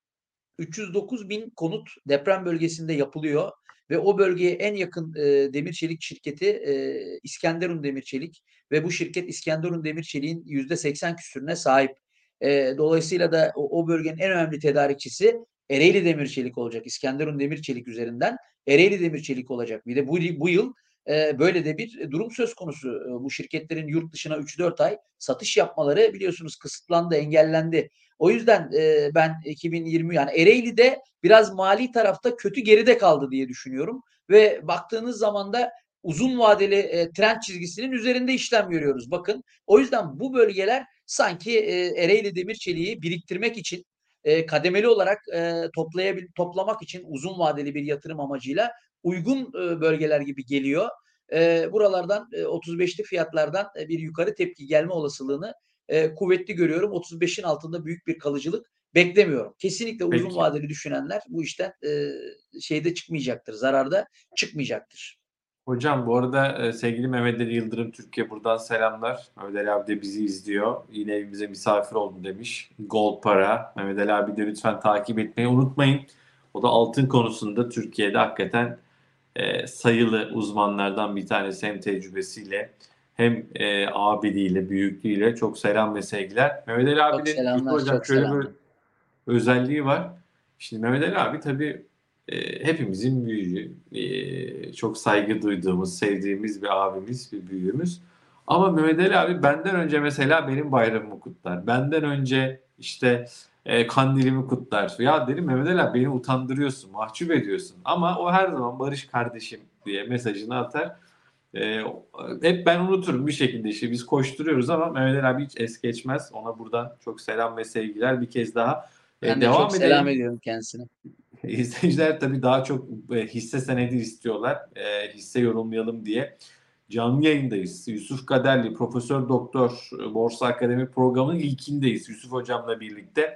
309 bin konut deprem bölgesinde yapılıyor ve o bölgeye en yakın demir çelik şirketi İskenderun Demir Çelik ve bu şirket İskenderun Demir Çelik'in %80 küsürüne sahip. Dolayısıyla da o bölgenin en önemli tedarikçisi Ereğli Demir Çelik olacak. İskenderun Demir Çelik üzerinden Ereğli Demir Çelik olacak. Bir de bu yıl böyle de bir durum söz konusu. Bu şirketlerin yurt dışına 3-4 ay satış yapmaları biliyorsunuz kısıtlandı, engellendi. O yüzden ben 2020 yani Ereğli'de biraz mali tarafta kötü geride kaldı diye düşünüyorum ve baktığınız zaman da uzun vadeli trend çizgisinin üzerinde işlem görüyoruz. Bakın o yüzden bu bölgeler sanki Ereğli Demir Çelik'i biriktirmek için kademeli olarak toplamak için uzun vadeli bir yatırım amacıyla uygun bölgeler gibi geliyor. Buralardan 35'li fiyatlardan bir yukarı tepki gelme olasılığını kuvvetli görüyorum. 35'in altında büyük bir kalıcılık beklemiyorum. Kesinlikle uzun Peki. vadeli düşünenler bu işten şeyde çıkmayacaktır, zararda çıkmayacaktır. Hocam bu arada sevgili Mehmet Ali Yıldırım Türkiye buradan selamlar. Mehmet Ali abi de bizi izliyor. Yine evimize misafir oldu demiş. Gold para. Mehmet Ali abi de lütfen takip etmeyi unutmayın. O da altın konusunda Türkiye'de hakikaten sayılı uzmanlardan bir tanesi, hem tecrübesiyle hem abiliğiyle, büyüklüğüyle çok selam ve sevgiler. Mehmet Ali Çok abinin Yusuf selamlar, Hocam çok şöyle bir selamlar. özelliği var. Şimdi Mehmet Ali abi tabii hepimizin büyüğü. Çok saygı duyduğumuz, sevdiğimiz bir abimiz, bir büyüğümüz. Ama Mehmet Ali abi benden önce mesela benim bayramımı kutlar. Benden önce işte kandilimi kutlar. Ya derim Mehmet Ali abi beni utandırıyorsun, mahcup ediyorsun. Ama o her zaman Barış kardeşim diye mesajını atar. E, Hep ben unuturum bir şekilde işte biz koşturuyoruz ama Mehmet Ali abi hiç es geçmez. Ona buradan çok selam ve sevgiler bir kez daha. Ben de çok Devam selam edelim. ediyorum kendisine. İzleyiciler tabii daha çok hisse senedi istiyorlar. Hisse yorumlayalım diye. Canlı yayındayız. Yusuf Kaderli, Profesör Doktor Borsa Akademi programının ilkindeyiz. Yusuf Hocam'la birlikte.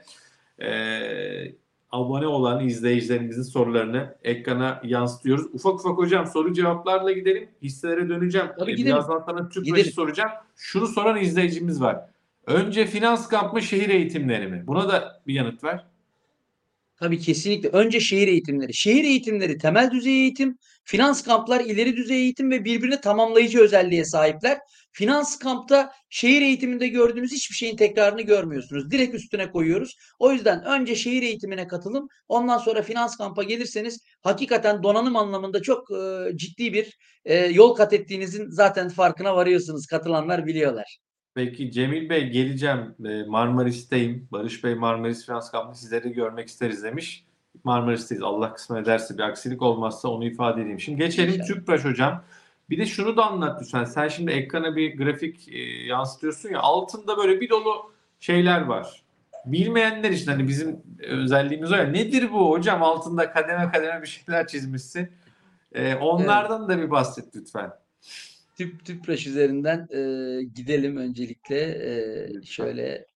Abone olan izleyicilerimizin sorularını ekrana yansıtıyoruz. Ufak ufak hocam soru cevaplarla gidelim. Hisselere döneceğim. Tabii gidelim. Birazdan sana Tüpraş'ı Gidelim. soracağım. Şunu soran izleyicimiz var. Önce finans kamp mı şehir eğitimleri mi? Buna da bir yanıt ver. Tabii kesinlikle. Önce şehir eğitimleri. Şehir eğitimleri temel düzey eğitim, finans kamplar ileri düzey eğitim ve birbirini tamamlayıcı özelliğe sahipler. Finans kampta şehir eğitiminde gördüğünüz hiçbir şeyin tekrarını görmüyorsunuz. Direkt üstüne koyuyoruz. O yüzden önce şehir eğitimine katılın. Ondan sonra finans kampa gelirseniz hakikaten donanım anlamında çok ciddi bir yol kat ettiğinizin zaten farkına varıyorsunuz. Katılanlar biliyorlar. Peki Cemil Bey geleceğim. Marmaris'teyim. Barış Bey Marmaris Finans Kampı'nı sizleri görmek isteriz demiş. Marmaris'teyiz. Allah kısmet ederse bir aksilik olmazsa onu ifade edeyim. Şimdi geçelim İnşallah. Tüpraş hocam. Bir de şunu da anlat lütfen. Sen şimdi ekrana bir grafik yansıtıyorsun ya altında böyle bir dolu şeyler var. Bilmeyenler için hani bizim özelliğimiz o ya. Nedir bu hocam? Altında kademe kademe bir şeyler çizmişsin. Evet. Onlardan da bir bahset lütfen. Tüpraş üzerinden gidelim öncelikle. Lütfen. Şöyle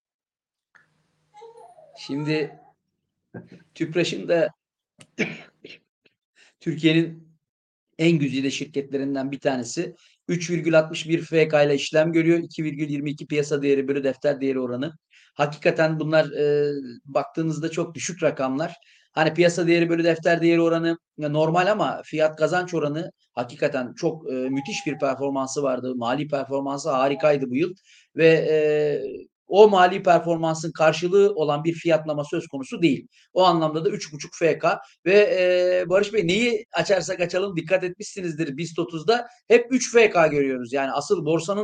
şimdi Tüpraş'ın da Türkiye'nin en güzide şirketlerinden bir tanesi. 3,61 FK ile işlem görüyor. 2,22 piyasa değeri bölü defter değeri oranı. Hakikaten bunlar baktığınızda çok düşük rakamlar. Hani piyasa değeri bölü defter değeri oranı normal ama fiyat kazanç oranı hakikaten çok müthiş bir performansı vardı. Mali performansı harikaydı bu yıl ve o mali performansın karşılığı olan bir fiyatlama söz konusu değil. O anlamda da 3,5 FK ve Barış Bey neyi açarsak açalım dikkat etmişsinizdir BIST 30'da hep 3 FK görüyoruz. Yani asıl borsanın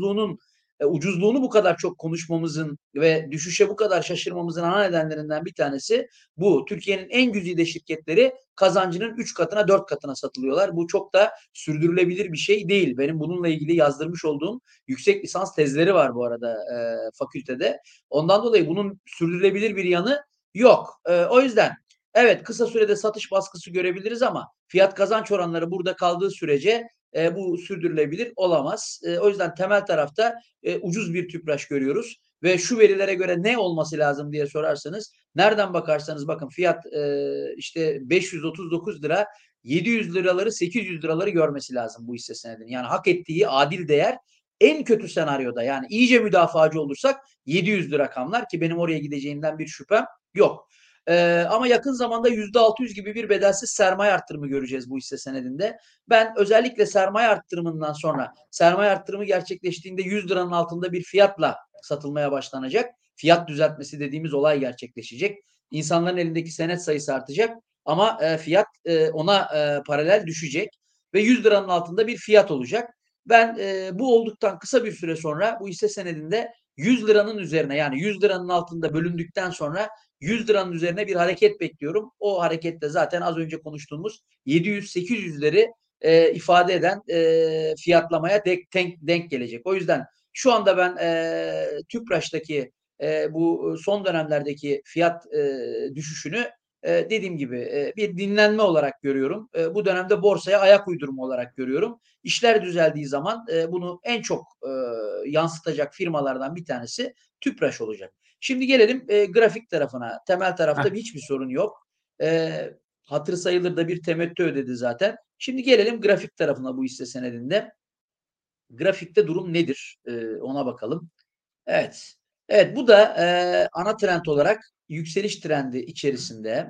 ucuzluğunu bu kadar çok konuşmamızın ve düşüşe bu kadar şaşırmamızın ana nedenlerinden bir tanesi bu. Türkiye'nin en güzide şirketleri kazancının 3 katına 4 katına satılıyorlar. Bu çok da sürdürülebilir bir şey değil. Benim bununla ilgili yazdırmış olduğum yüksek lisans tezleri var bu arada fakültede. Ondan dolayı bunun sürdürülebilir bir yanı yok. O yüzden evet kısa sürede satış baskısı görebiliriz ama fiyat kazanç oranları burada kaldığı sürece bu sürdürülebilir olamaz. O yüzden temel tarafta ucuz bir tüpraş görüyoruz ve şu verilere göre ne olması lazım diye sorarsanız nereden bakarsanız bakın fiyat işte 539 lira 700 liraları 800 liraları görmesi lazım bu hisse senedinin. Yani hak ettiği adil değer en kötü senaryoda yani iyice müdafacı olursak 700 lira rakamlar ki benim oraya gideceğinden bir şüphem yok. Ama yakın zamanda %600 gibi bir bedelsiz sermaye arttırımı göreceğiz bu hisse senedinde. Ben özellikle sermaye arttırımından sonra sermaye arttırımı gerçekleştiğinde 100 liranın altında bir fiyatla satılmaya başlanacak. Fiyat düzeltmesi dediğimiz olay gerçekleşecek. İnsanların elindeki senet sayısı artacak ama fiyat ona paralel düşecek ve 100 liranın altında bir fiyat olacak. Ben bu olduktan kısa bir süre sonra bu hisse senedinde 100 liranın üzerine yani 100 liranın altında bölündükten sonra 100 liranın üzerine bir hareket bekliyorum. O harekette zaten az önce konuştuğumuz 700-800'leri ifade eden fiyatlamaya denk gelecek. O yüzden şu anda ben Tüpraş'taki bu son dönemlerdeki fiyat düşüşünü dediğim gibi bir dinlenme olarak görüyorum. Bu dönemde borsaya ayak uydurma olarak görüyorum. İşler düzeldiği zaman bunu en çok yansıtacak firmalardan bir tanesi Tüpraş olacak. Şimdi gelelim grafik tarafına. Temel tarafta Heh. hiçbir sorun yok. E, hatır sayılır da bir temettü ödedi zaten. Şimdi gelelim grafik tarafına bu hisse senedinde. Grafikte durum nedir? Ona bakalım. Evet. Evet bu da ana trend olarak yükseliş trendi içerisinde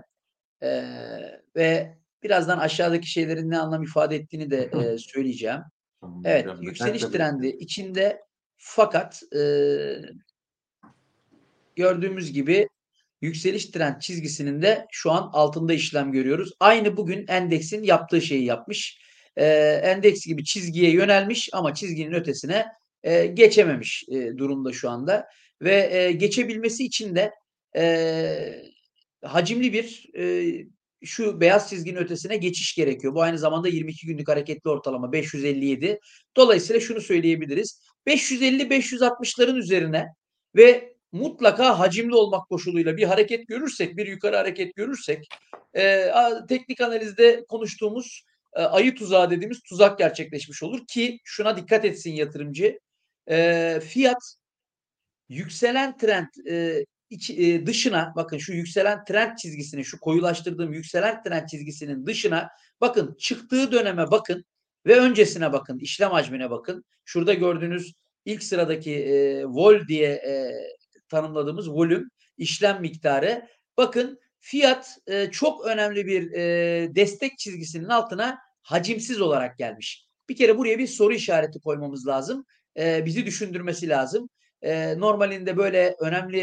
ve birazdan aşağıdaki şeylerin ne anlam ifade ettiğini de söyleyeceğim. Tamam Evet, hocam. yükseliş Merakla trendi bekliyorum. içinde fakat gördüğümüz gibi yükseliş trend çizgisinin de şu an altında işlem görüyoruz. Aynı bugün endeksin yaptığı şeyi yapmış. Endeks gibi çizgiye yönelmiş ama çizginin ötesine geçememiş durumda şu anda. Ve geçebilmesi için de e, hacimli bir şu beyaz çizginin ötesine geçiş gerekiyor. Bu aynı zamanda 22 günlük hareketli ortalama 557. Dolayısıyla şunu söyleyebiliriz. 550-560'ların üzerine ve mutlaka hacimli olmak koşuluyla bir hareket görürsek, bir yukarı hareket görürsek, teknik analizde konuştuğumuz ayı tuzağı dediğimiz tuzak gerçekleşmiş olur ki şuna dikkat etsin yatırımcı. Fiyat yükselen trend dışına, bakın şu yükselen trend çizgisini, şu koyulaştırdığım yükselen trend çizgisinin dışına bakın, çıktığı döneme bakın ve öncesine bakın, işlem hacmine bakın. Şurada gördüğünüz ilk sıradaki vol diye tanımladığımız volüm, işlem miktarı. Bakın fiyat çok önemli bir destek çizgisinin altına hacimsiz olarak gelmiş. Bir kere buraya bir soru işareti koymamız lazım. Bizi düşündürmesi lazım. Normalinde böyle önemli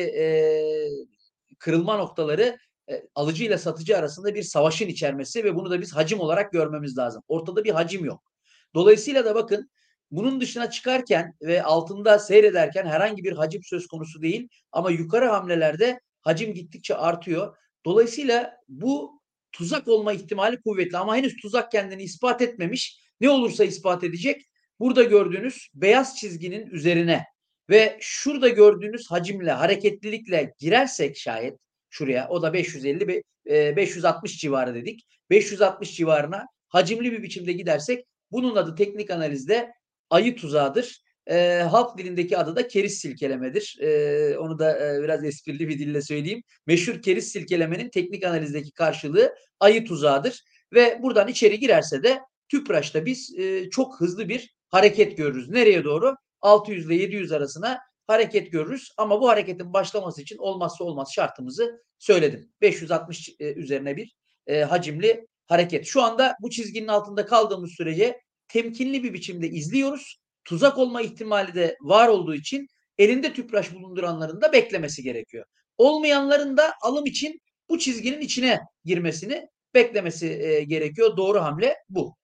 kırılma noktaları alıcı ile satıcı arasında bir savaşın içermesi ve bunu da biz hacim olarak görmemiz lazım. Ortada bir hacim yok. Dolayısıyla da bakın, bunun dışına çıkarken ve altında seyrederken herhangi bir hacim söz konusu değil ama yukarı hamlelerde hacim gittikçe artıyor. Dolayısıyla bu tuzak olma ihtimali kuvvetli ama henüz tuzak kendini ispat etmemiş. Ne olursa ispat edecek. Burada gördüğünüz beyaz çizginin üzerine ve şurada gördüğünüz hacimle, hareketlilikle girersek şayet şuraya, o da 550 560 civarı dedik. 560 civarına hacimli bir biçimde gidersek bunun adı teknik analizde ayı tuzağıdır. Halk dilindeki adı da keriz silkelemedir. Onu da biraz esprili bir dille söyleyeyim. Meşhur keriz silkelemenin teknik analizdeki karşılığı ayı tuzağıdır. Ve buradan içeri girerse de TÜPRAŞ'ta biz çok hızlı bir hareket görürüz. Nereye doğru? 600 ile 700 arasına hareket görürüz. Ama bu hareketin başlaması için olmazsa olmaz şartımızı söyledim. 560 üzerine bir hacimli hareket. Şu anda bu çizginin altında kaldığımız sürece temkinli bir biçimde izliyoruz. Tuzak olma ihtimali de var olduğu için elinde tüpraş bulunduranların da beklemesi gerekiyor. Olmayanların da alım için bu çizginin içine girmesini beklemesi gerekiyor. Doğru hamle bu.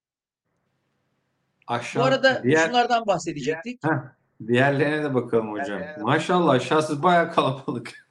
Bu Akşam arada diğer şunlardan bahsedecektik. heh, diğerlerine de bakalım hocam. Maşallah aşağısı bayağı kalabalık.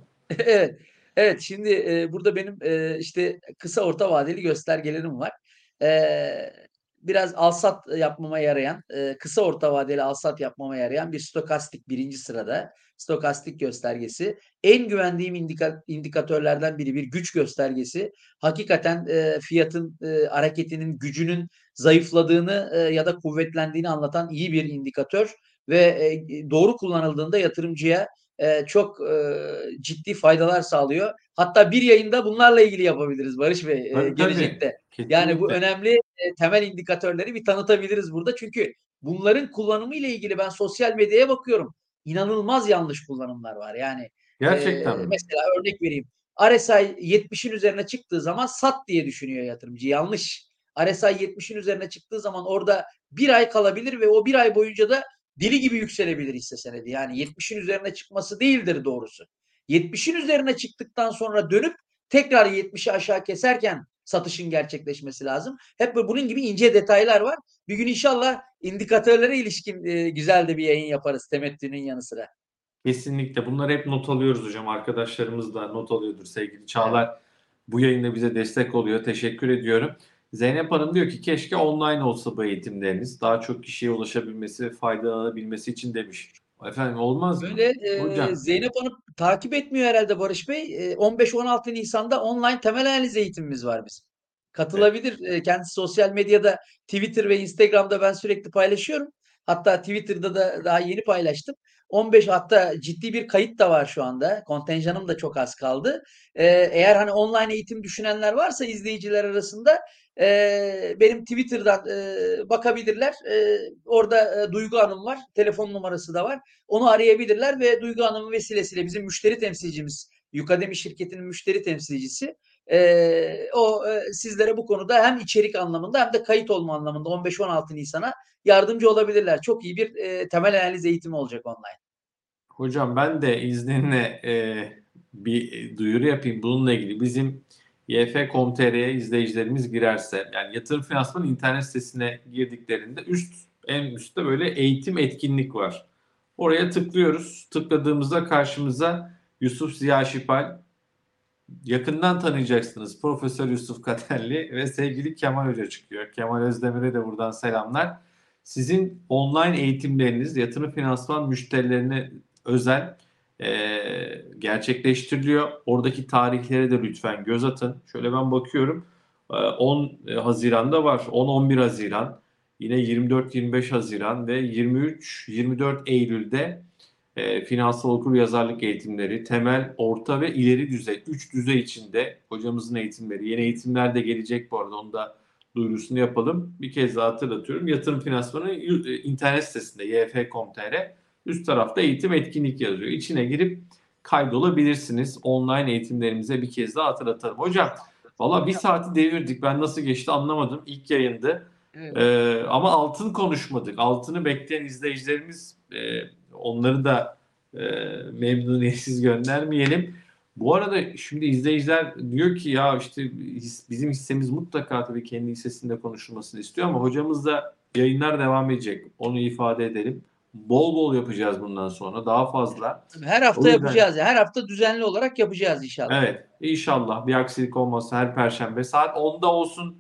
Evet. Evet. Şimdi burada benim işte kısa orta vadeli göstergelerim var. Eee, Biraz alsat yapmama yarayan, kısa orta vadeli alsat yapmama yarayan bir stokastik birinci sırada. Stokastik göstergesi. En güvendiğim indikatörlerden biri, bir güç göstergesi. Hakikaten fiyatın hareketinin gücünün zayıfladığını ya da kuvvetlendiğini anlatan iyi bir indikatör ve doğru kullanıldığında yatırımcıya çok ciddi faydalar sağlıyor. Hatta bir yayında bunlarla ilgili yapabiliriz Barış Bey Tabii tabii. gelecekte. Yani bu Kesinlikle. önemli temel indikatörleri bir tanıtabiliriz burada. Çünkü bunların kullanımı ile ilgili ben sosyal medyaya bakıyorum. İnanılmaz yanlış kullanımlar var. Yani Gerçekten mi? mesela örnek vereyim. RSI 70'in üzerine çıktığı zaman sat diye düşünüyor yatırımcı. Yanlış. RSI 70'in üzerine çıktığı zaman orada bir ay kalabilir ve o bir ay boyunca da deli gibi yükselebilir hisse senedi. Yani 70'in üzerine çıkması değildir doğrusu. 70'in üzerine çıktıktan sonra dönüp tekrar 70'i aşağı keserken satışın gerçekleşmesi lazım. Hep bunun gibi ince detaylar var. Bir gün inşallah indikatörlere ilişkin güzel de bir yayın yaparız temettünün yanı sıra. Kesinlikle. Bunları hep not alıyoruz hocam. Arkadaşlarımız da not alıyordur. Sevgili Evet. Çağlar bu yayında bize destek oluyor. Teşekkür ediyorum. Zeynep Hanım diyor ki keşke online olsa bu eğitimleriniz. Daha çok kişiye ulaşabilmesi, faydalanabilmesi için demiş. Efendim olmaz mı? Böyle Hocam. Zeynep Hanım takip etmiyor herhalde Barış Bey. 15-16 Nisan'da online temel analiz eğitimimiz var bizim. Evet. Katılabilir. Kendisi sosyal medyada, Twitter ve Instagram'da ben sürekli paylaşıyorum. Hatta Twitter'da da daha yeni paylaştım. 15, hatta ciddi bir kayıt da var şu anda. Kontenjanım da çok az kaldı. Eğer hani online eğitim düşünenler varsa izleyiciler arasında benim Twitter'dan bakabilirler. Orada Duygu Hanım var. Telefon numarası da var. Onu arayabilirler ve Duygu Hanım'ın vesilesiyle bizim müşteri temsilcimiz, Yukademi şirketinin müşteri temsilcisi, o sizlere bu konuda hem içerik anlamında hem de kayıt olma anlamında 15-16 Nisan'a yardımcı olabilirler. Çok iyi bir temel analiz eğitimi olacak online. Hocam ben de izninle bir duyuru yapayım bununla ilgili. Bizim YF.com.tr'ye izleyicilerimiz girerse, yani yatırım finansman internet sitesine girdiklerinde en üstte böyle eğitim etkinlik var. Oraya tıklıyoruz. Tıkladığımızda karşımıza Yusuf Ziya Şipal, yakından tanıyacaksınız Profesör Yusuf Katerli ve sevgili Kemal Hoca çıkıyor. Kemal Özdemir'e de buradan selamlar. Sizin online eğitimleriniz yatırım finansman müşterilerine özel gerçekleştiriliyor. Oradaki tarihlere de lütfen göz atın. Şöyle ben bakıyorum. 10 Haziran'da var. 10-11 Haziran. Yine 24-25 Haziran ve 23-24 Eylül'de finansal okuryazarlık eğitimleri, temel, orta ve ileri düzey, 3 düzey içinde hocamızın eğitimleri. Yeni eğitimler de gelecek bu arada, onu da duyurusunu yapalım. Bir kez daha hatırlatıyorum. Yatırım finansmanı internet sitesinde yf.com.tr, üst tarafta eğitim etkinlik yazıyor. İçine girip kaydolabilirsiniz. Online eğitimlerimize bir kez daha hatırlatalım. Hocam valla bir saati devirdik. Ben nasıl geçti anlamadım. İlk yayındı. Evet. Ama altın konuşmadık. Altını bekleyen izleyicilerimiz, onları da memnuniyetsiz göndermeyelim. Bu arada şimdi izleyiciler diyor ki ya işte bizim hissemiz mutlaka tabii kendi hissesinde konuşulmasını istiyor ama hocamız da yayınlar devam edecek. Onu ifade edelim. Bol bol yapacağız bundan sonra. Daha fazla. Her hafta O yüzden yapacağız. Her hafta düzenli olarak yapacağız inşallah. evet, inşallah bir aksilik olmazsa her Perşembe saat 10'da olsun.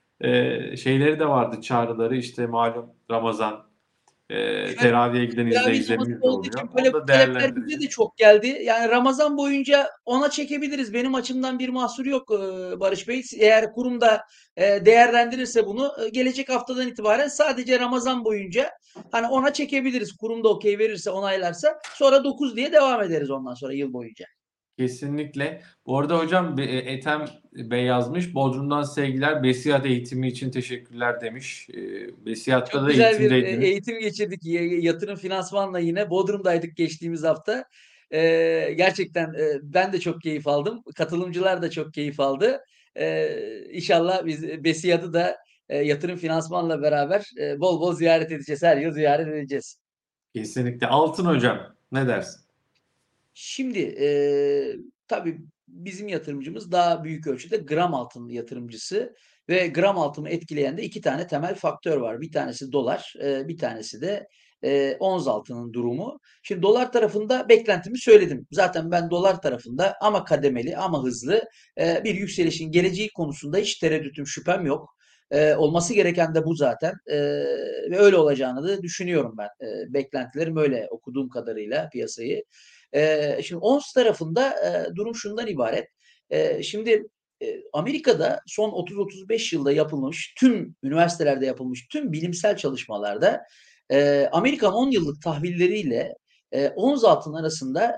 Şeyleri de vardı, çağrıları, işte malum Ramazan, Evet. teraviye giden Teravih namazı izleyicilerimiz de olduğu oluyor. için Onu böyle da talepler bize de değerlendireceğiz. çok geldi. Yani Ramazan boyunca ona çekebiliriz. Benim açımdan bir mahsur yok Barış Bey. Eğer kurumda değerlendirirse bunu gelecek haftadan itibaren sadece Ramazan boyunca hani ona çekebiliriz. Kurumda okey verirse, onaylarsa. Sonra 9 diye devam ederiz ondan sonra yıl boyunca. Kesinlikle. Bu arada hocam Ethem Bey yazmış. Bodrum'dan sevgiler. Besiyat eğitimi için teşekkürler demiş. Besiyat'ta Çok da güzel bir eğitimdeydiniz. eğitim geçirdik. Yatırım finansmanla yine Bodrum'daydık geçtiğimiz hafta. Gerçekten ben de çok keyif aldım. Katılımcılar da çok keyif aldı. İnşallah biz Besiyat'ı da yatırım finansmanla beraber bol bol ziyaret edeceğiz. Her yıl ziyaret edeceğiz. Kesinlikle. Altın hocam. Ne dersin? Şimdi tabii bizim yatırımcımız daha büyük ölçüde gram altın yatırımcısı ve gram altını etkileyen de 2 tane temel faktör var. Bir tanesi dolar, bir tanesi de ons altının durumu. Şimdi dolar tarafında beklentimi söyledim. Zaten ben dolar tarafında ama kademeli ama hızlı bir yükselişin geleceği konusunda hiç tereddütüm, şüphem yok. Olması gereken de bu zaten ve öyle olacağını da düşünüyorum ben. Beklentilerim öyle okuduğum kadarıyla piyasayı. Şimdi ons tarafında durum şundan ibaret. Şimdi Amerika'da son 30-35 yılda yapılmış tüm üniversitelerde yapılmış tüm bilimsel çalışmalarda Amerikan 10 yıllık tahvilleriyle ons altın arasında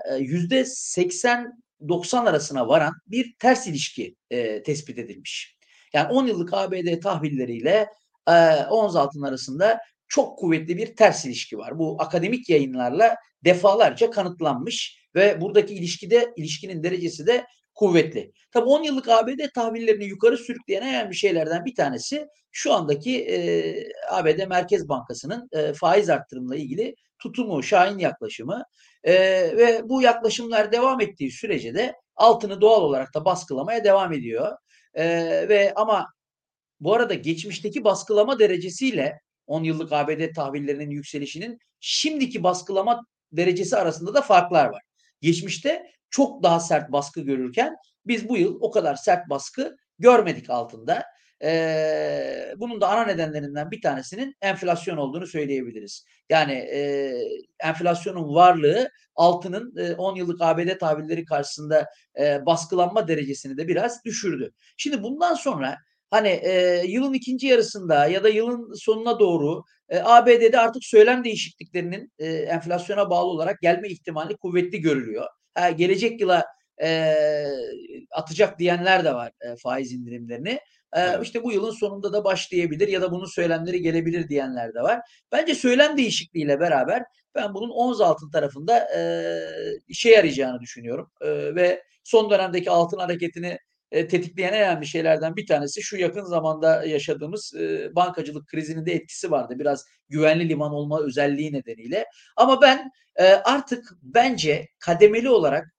%80-90 arasına varan bir ters ilişki tespit edilmiş. Yani 10 yıllık ABD tahvilleriyle ons altın arasında çok kuvvetli bir ters ilişki var. Bu akademik yayınlarla defalarca kanıtlanmış ve buradaki ilişkinin derecesi de kuvvetli. Tabii 10 yıllık ABD tahvillerini yukarı sürükleyen en önemli şeylerden bir tanesi şu andaki ABD Merkez Bankası'nın faiz arttırımla ilgili tutumu, şahin yaklaşımı ve bu yaklaşımlar devam ettiği sürece de altını doğal olarak da baskılamaya devam ediyor. Ve ama bu arada geçmişteki baskılama derecesiyle 10 yıllık ABD tahvillerinin yükselişinin şimdiki baskılama derecesi arasında da farklar var. Geçmişte çok daha sert baskı görürken biz bu yıl o kadar sert baskı görmedik altında. Bunun da ana nedenlerinden bir tanesinin enflasyon olduğunu söyleyebiliriz. Yani enflasyonun varlığı altının 10 yıllık ABD tahvilleri karşısında baskılanma derecesini de biraz düşürdü. Şimdi bundan sonra hani yılın ikinci yarısında ya da yılın sonuna doğru ABD'de artık söylem değişikliklerinin enflasyona bağlı olarak gelme ihtimali kuvvetli görülüyor. Gelecek yıla e, atacak diyenler de var faiz indirimlerini. Evet. İşte bu yılın sonunda da başlayabilir ya da bunun söylemleri gelebilir diyenler de var. Bence söylem değişikliğiyle beraber ben bunun ons altın tarafında işe yarayacağını düşünüyorum. Ve son dönemdeki altın hareketini tetikleyen en önemli şeylerden bir tanesi şu yakın zamanda yaşadığımız bankacılık krizinin de etkisi vardı. Biraz güvenli liman olma özelliği nedeniyle. Ama ben artık bence kademeli olarak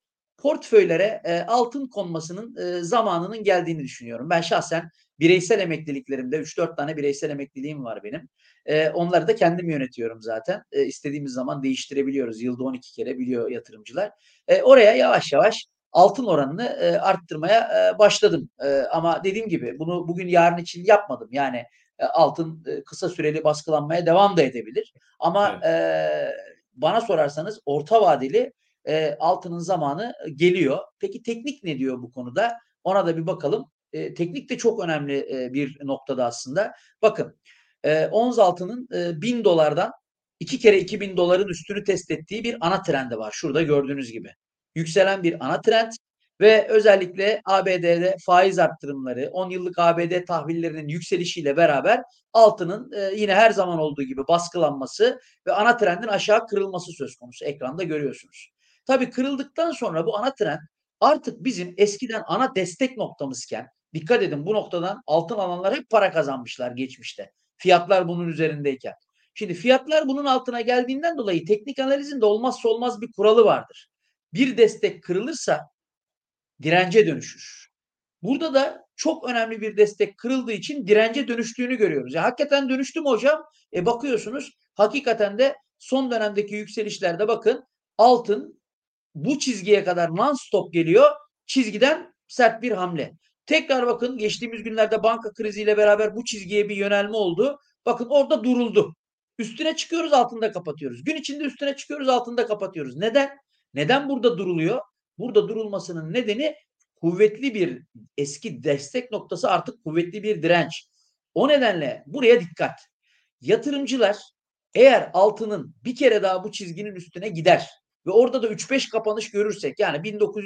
portföylere altın konmasının zamanının geldiğini düşünüyorum. Ben şahsen bireysel emekliliklerimde 3-4 tane bireysel emekliliğim var benim. Onları da kendim yönetiyorum zaten. İstediğimiz zaman değiştirebiliyoruz. Yılda 12 kere biliyor yatırımcılar. Oraya yavaş yavaş altın oranını arttırmaya başladım. Ama dediğim gibi bunu bugün yarın için yapmadım. Yani altın kısa süreli baskılanmaya devam da edebilir. Ama Evet. bana sorarsanız orta vadeli altının zamanı geliyor. Peki teknik ne diyor bu konuda? Ona da bir bakalım. Teknik de çok önemli bir noktada aslında. Bakın ons altının 1000 dolardan 2 kere 2000 doların üstünü test ettiği bir ana trendi var. Şurada gördüğünüz gibi. Yükselen bir ana trend ve özellikle ABD'de faiz arttırımları, 10 yıllık ABD tahvillerinin yükselişiyle beraber altının yine her zaman olduğu gibi baskılanması ve ana trendin aşağı kırılması söz konusu. Ekranda görüyorsunuz. Tabii kırıldıktan sonra bu ana trend artık bizim eskiden ana destek noktamızken, dikkat edin, bu noktadan altın alanlar hep para kazanmışlar geçmişte. Fiyatlar bunun üzerindeyken. Şimdi fiyatlar bunun altına geldiğinden dolayı teknik analizin de olmazsa olmaz bir kuralı vardır. Bir destek kırılırsa dirence dönüşür. Burada da çok önemli bir destek kırıldığı için dirence dönüştüğünü görüyoruz. Ya hakikaten dönüştü mü hocam? Bakıyorsunuz hakikaten de son dönemdeki yükselişlerde bakın altın bu çizgiye kadar non-stop geliyor. Çizgiden sert bir hamle. Tekrar bakın geçtiğimiz günlerde banka kriziyle beraber bu çizgiye bir yönelme oldu. Bakın orada duruldu. Üstüne çıkıyoruz, altında kapatıyoruz. Gün içinde üstüne çıkıyoruz, altında kapatıyoruz. Neden? Neden burada duruluyor? Burada durulmasının nedeni kuvvetli bir eski destek noktası, artık kuvvetli bir direnç. O nedenle buraya dikkat. Yatırımcılar eğer altının bir kere daha bu çizginin üstüne gider ve orada da 3-5 kapanış görürsek, yani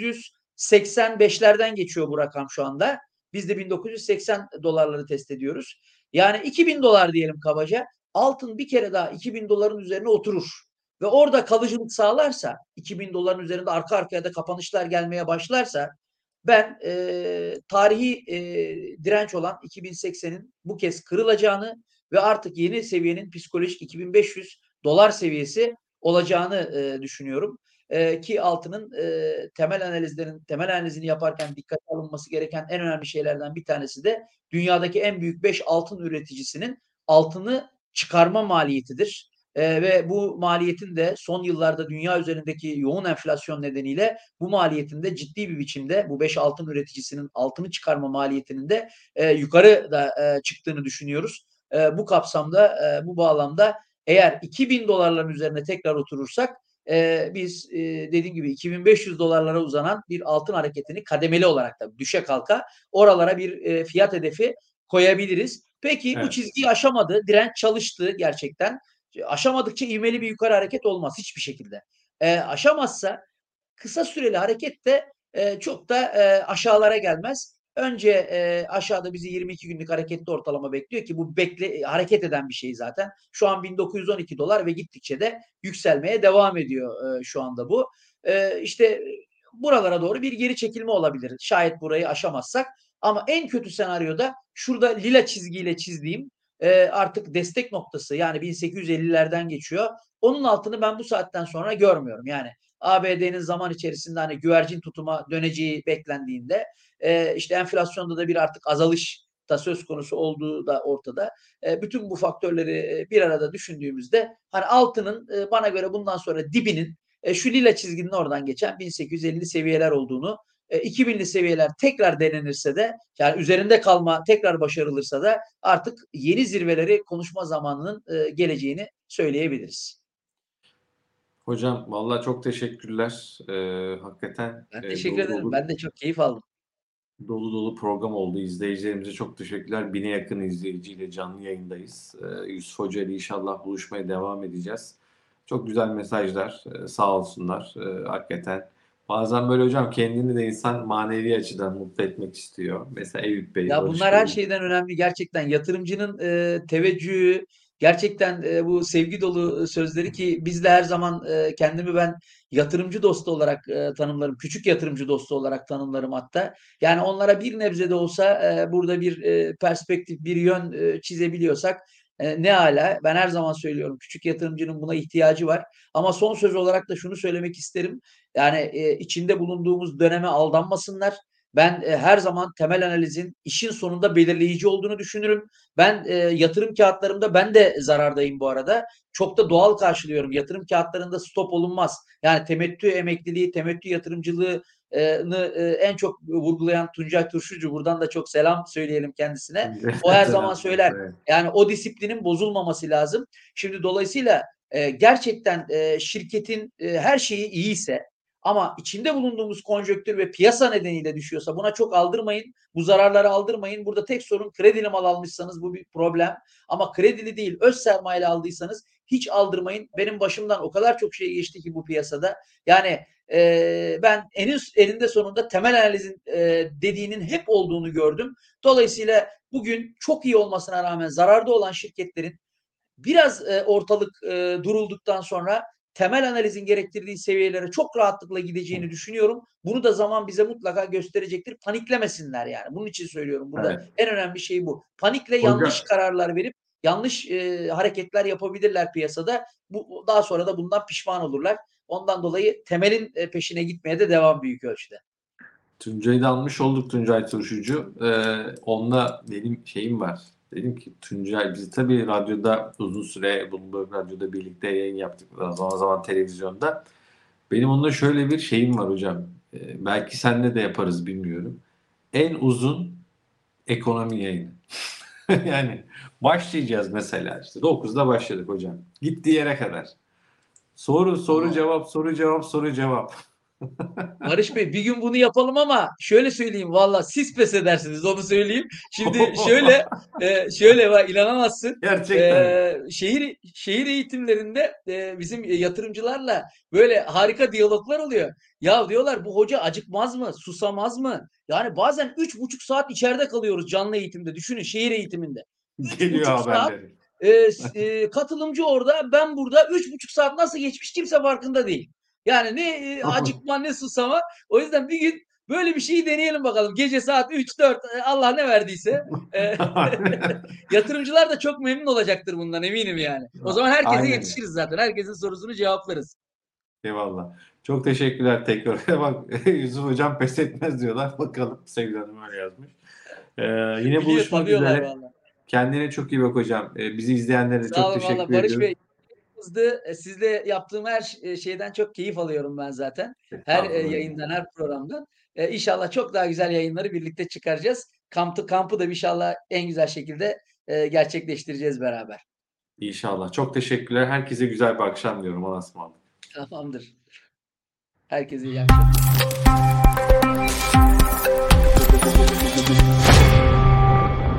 1985'lerden geçiyor bu rakam şu anda. Biz de 1980 dolarları test ediyoruz. Yani 2000 dolar diyelim kabaca. Altın bir kere daha 2000 doların üzerine oturur ve orada kalıcılık sağlarsa, 2000 doların üzerinde arka arkaya da kapanışlar gelmeye başlarsa, ben tarihi direnç olan 2080'in bu kez kırılacağını ve artık yeni seviyenin psikolojik 2500 dolar seviyesi olacağını düşünüyorum. Ki altının temel analizini yaparken dikkate alınması gereken en önemli şeylerden bir tanesi de dünyadaki en büyük 5 altın üreticisinin altını çıkarma maliyetidir. Ve bu maliyetin de son yıllarda dünya üzerindeki yoğun enflasyon nedeniyle bu maliyetin de ciddi bir biçimde, bu 5 altın üreticisinin altını çıkarma maliyetinin de yukarı da çıktığını düşünüyoruz. Bu kapsamda, bu bağlamda eğer 2000 dolarların üzerine tekrar oturursak biz dediğim gibi 2500 dolarlara uzanan bir altın hareketini kademeli olarak da düşe kalka oralara bir fiyat hedefi koyabiliriz. Peki bu Evet. çizgiyi aşamadı, direnç çalıştı gerçekten. Aşamadıkça ivmeli bir yukarı hareket olmaz hiçbir şekilde. Aşamazsa kısa süreli hareket de çok da aşağılara gelmez. Önce aşağıda bizi 22 günlük hareketli ortalama bekliyor ki bu hareket eden bir şey zaten. Şu an 1912 dolar ve gittikçe de yükselmeye devam ediyor şu anda bu. İşte buralara doğru bir geri çekilme olabilir. Şayet burayı aşamazsak. Ama en kötü senaryoda şurada lila çizgiyle çizdiğim artık destek noktası, yani 1850'lerden geçiyor. Onun altını ben bu saatten sonra görmüyorum. Yani ABD'nin zaman içerisinde hani güvercin tutuma döneceği beklendiğinde işte enflasyonda da bir artık azalış da söz konusu olduğu da ortada. Bütün bu faktörleri bir arada düşündüğümüzde hani altının bana göre bundan sonra dibinin şu lila çizginin oradan geçen 1850 seviyeler olduğunu, 2000'li seviyeler tekrar denenirse de, yani üzerinde kalma tekrar başarılırsa da artık yeni zirveleri konuşma zamanının geleceğini söyleyebiliriz. Hocam vallahi çok teşekkürler. Hakikaten Ben teşekkür dolu ederim. dolu Ben de çok keyif aldım. dolu dolu program oldu. İzleyicilerimize çok teşekkürler. 1000'e yakın izleyiciyle canlı yayındayız. Yusuf Hoca ile inşallah buluşmaya devam edeceğiz. Çok güzel mesajlar. Sağ olsunlar. Hakikaten. Bazen böyle hocam kendini de insan manevi açıdan mutlu etmek istiyor. Mesela Eyüp Bey, Ya Barış bunlar her Bey. şeyden önemli gerçekten. Yatırımcının teveccühü, gerçekten bu sevgi dolu sözleri, ki biz de her zaman kendimi ben yatırımcı dostu olarak tanımlarım. Küçük yatırımcı dostu olarak tanımlarım hatta. Yani onlara bir nebze de olsa burada bir perspektif, bir yön çizebiliyorsak ne âlâ. Ben her zaman söylüyorum, küçük yatırımcının buna ihtiyacı var. Ama son söz olarak da şunu söylemek isterim. Yani, içinde bulunduğumuz döneme aldanmasınlar. Ben, her zaman temel analizin işin sonunda belirleyici olduğunu düşünürüm. Ben, yatırım kağıtlarımda ben de zarardayım bu arada. Çok da doğal karşılıyorum. Yatırım kağıtlarında stop olunmaz. Yani temettü emekliliği, temettü yatırımcılığı en çok vurgulayan Tuncay Turşucu, buradan da çok selam söyleyelim kendisine. O her zaman Selamlar. söyler. Evet. Yani o disiplinin bozulmaması lazım. Şimdi dolayısıyla gerçekten şirketin her şeyi iyiyse ama içinde bulunduğumuz konjonktür ve piyasa nedeniyle düşüyorsa buna çok aldırmayın. Bu zararları aldırmayın. Burada tek sorun kredili mal almışsanız bu bir problem. Ama kredili değil öz sermayeyle aldıysanız hiç aldırmayın. Benim başımdan o kadar çok şey geçti ki bu piyasada. Yani ben eninde sonunda temel analizin dediğinin hep olduğunu gördüm. Dolayısıyla bugün çok iyi olmasına rağmen zararda olan şirketlerin biraz ortalık durulduktan sonra temel analizin gerektirdiği seviyelere çok rahatlıkla gideceğini düşünüyorum. Bunu da zaman bize mutlaka gösterecektir. Paniklemesinler yani. Bunun için söylüyorum. Burada Evet. en önemli şey bu. Panikle yanlış Hocam, kararlar verip yanlış hareketler yapabilirler piyasada. Daha sonra da bundan pişman olurlar. Ondan dolayı temelin peşine gitmeye de devam büyük ölçüde. Tuncay'ı da almış olduk, Tuncay Turşucu. Onunla benim şeyim var. Dedim ki Tuncay, biz tabii radyoda uzun süre Bloomberg Radyo'da birlikte yayın yaptık. Zaman zaman televizyonda. Benim onunla şöyle bir şeyim var hocam. Belki seninle de yaparız, bilmiyorum. En uzun ekonomi yayını. Yani başlayacağız mesela işte 9'da başladık hocam. Gittiği yere kadar. Soru soru Aa. cevap soru cevap soru cevap. Barış Bey bir gün bunu yapalım ama şöyle söyleyeyim valla siz pes edersiniz onu söyleyeyim. Şimdi şöyle bak inanamazsın. Gerçekten. Şehir eğitimlerinde bizim yatırımcılarla böyle harika diyaloglar oluyor. Ya diyorlar bu hoca acıkmaz mı? Susamaz mı? Yani bazen 3,5 saat içeride kalıyoruz canlı eğitimde. Düşünün şehir eğitiminde. üç Geliyor buçuk saat haberleri. katılımcı orada ben burada 3,5 saat nasıl geçmiş kimse farkında değil. Yani ne acıkma ne susama. O yüzden bir gün böyle bir şeyi deneyelim bakalım. Gece saat 3-4 Allah ne verdiyse. E, yatırımcılar da çok memnun olacaktır bundan eminim yani. O zaman herkese Aynen. yetişiriz zaten. Herkesin sorusunu cevaplarız. Eyvallah. Çok teşekkürler tekrar. Bak Yusuf hocam pes etmez diyorlar. Bakalım, Sevgili Hanım öyle yazmış. Yine Biliyor buluşmak tanıyorlar üzere. valla. Kendine çok iyi bak hocam. Bizi izleyenlere de Sağ çok olun valla teşekkür Barış Bey. ediyorum. Hızlı. Sizle yaptığım her şeyden çok keyif alıyorum ben zaten. Her Estağfurullah hocam. yayından, her programdan. İnşallah çok daha güzel yayınları birlikte çıkaracağız. Kampı da inşallah en güzel şekilde gerçekleştireceğiz beraber. İnşallah. Çok teşekkürler. Herkese güzel bir akşam diyorum. Allah'a ısmarladık. Tamamdır. Herkese iyi akşamlar.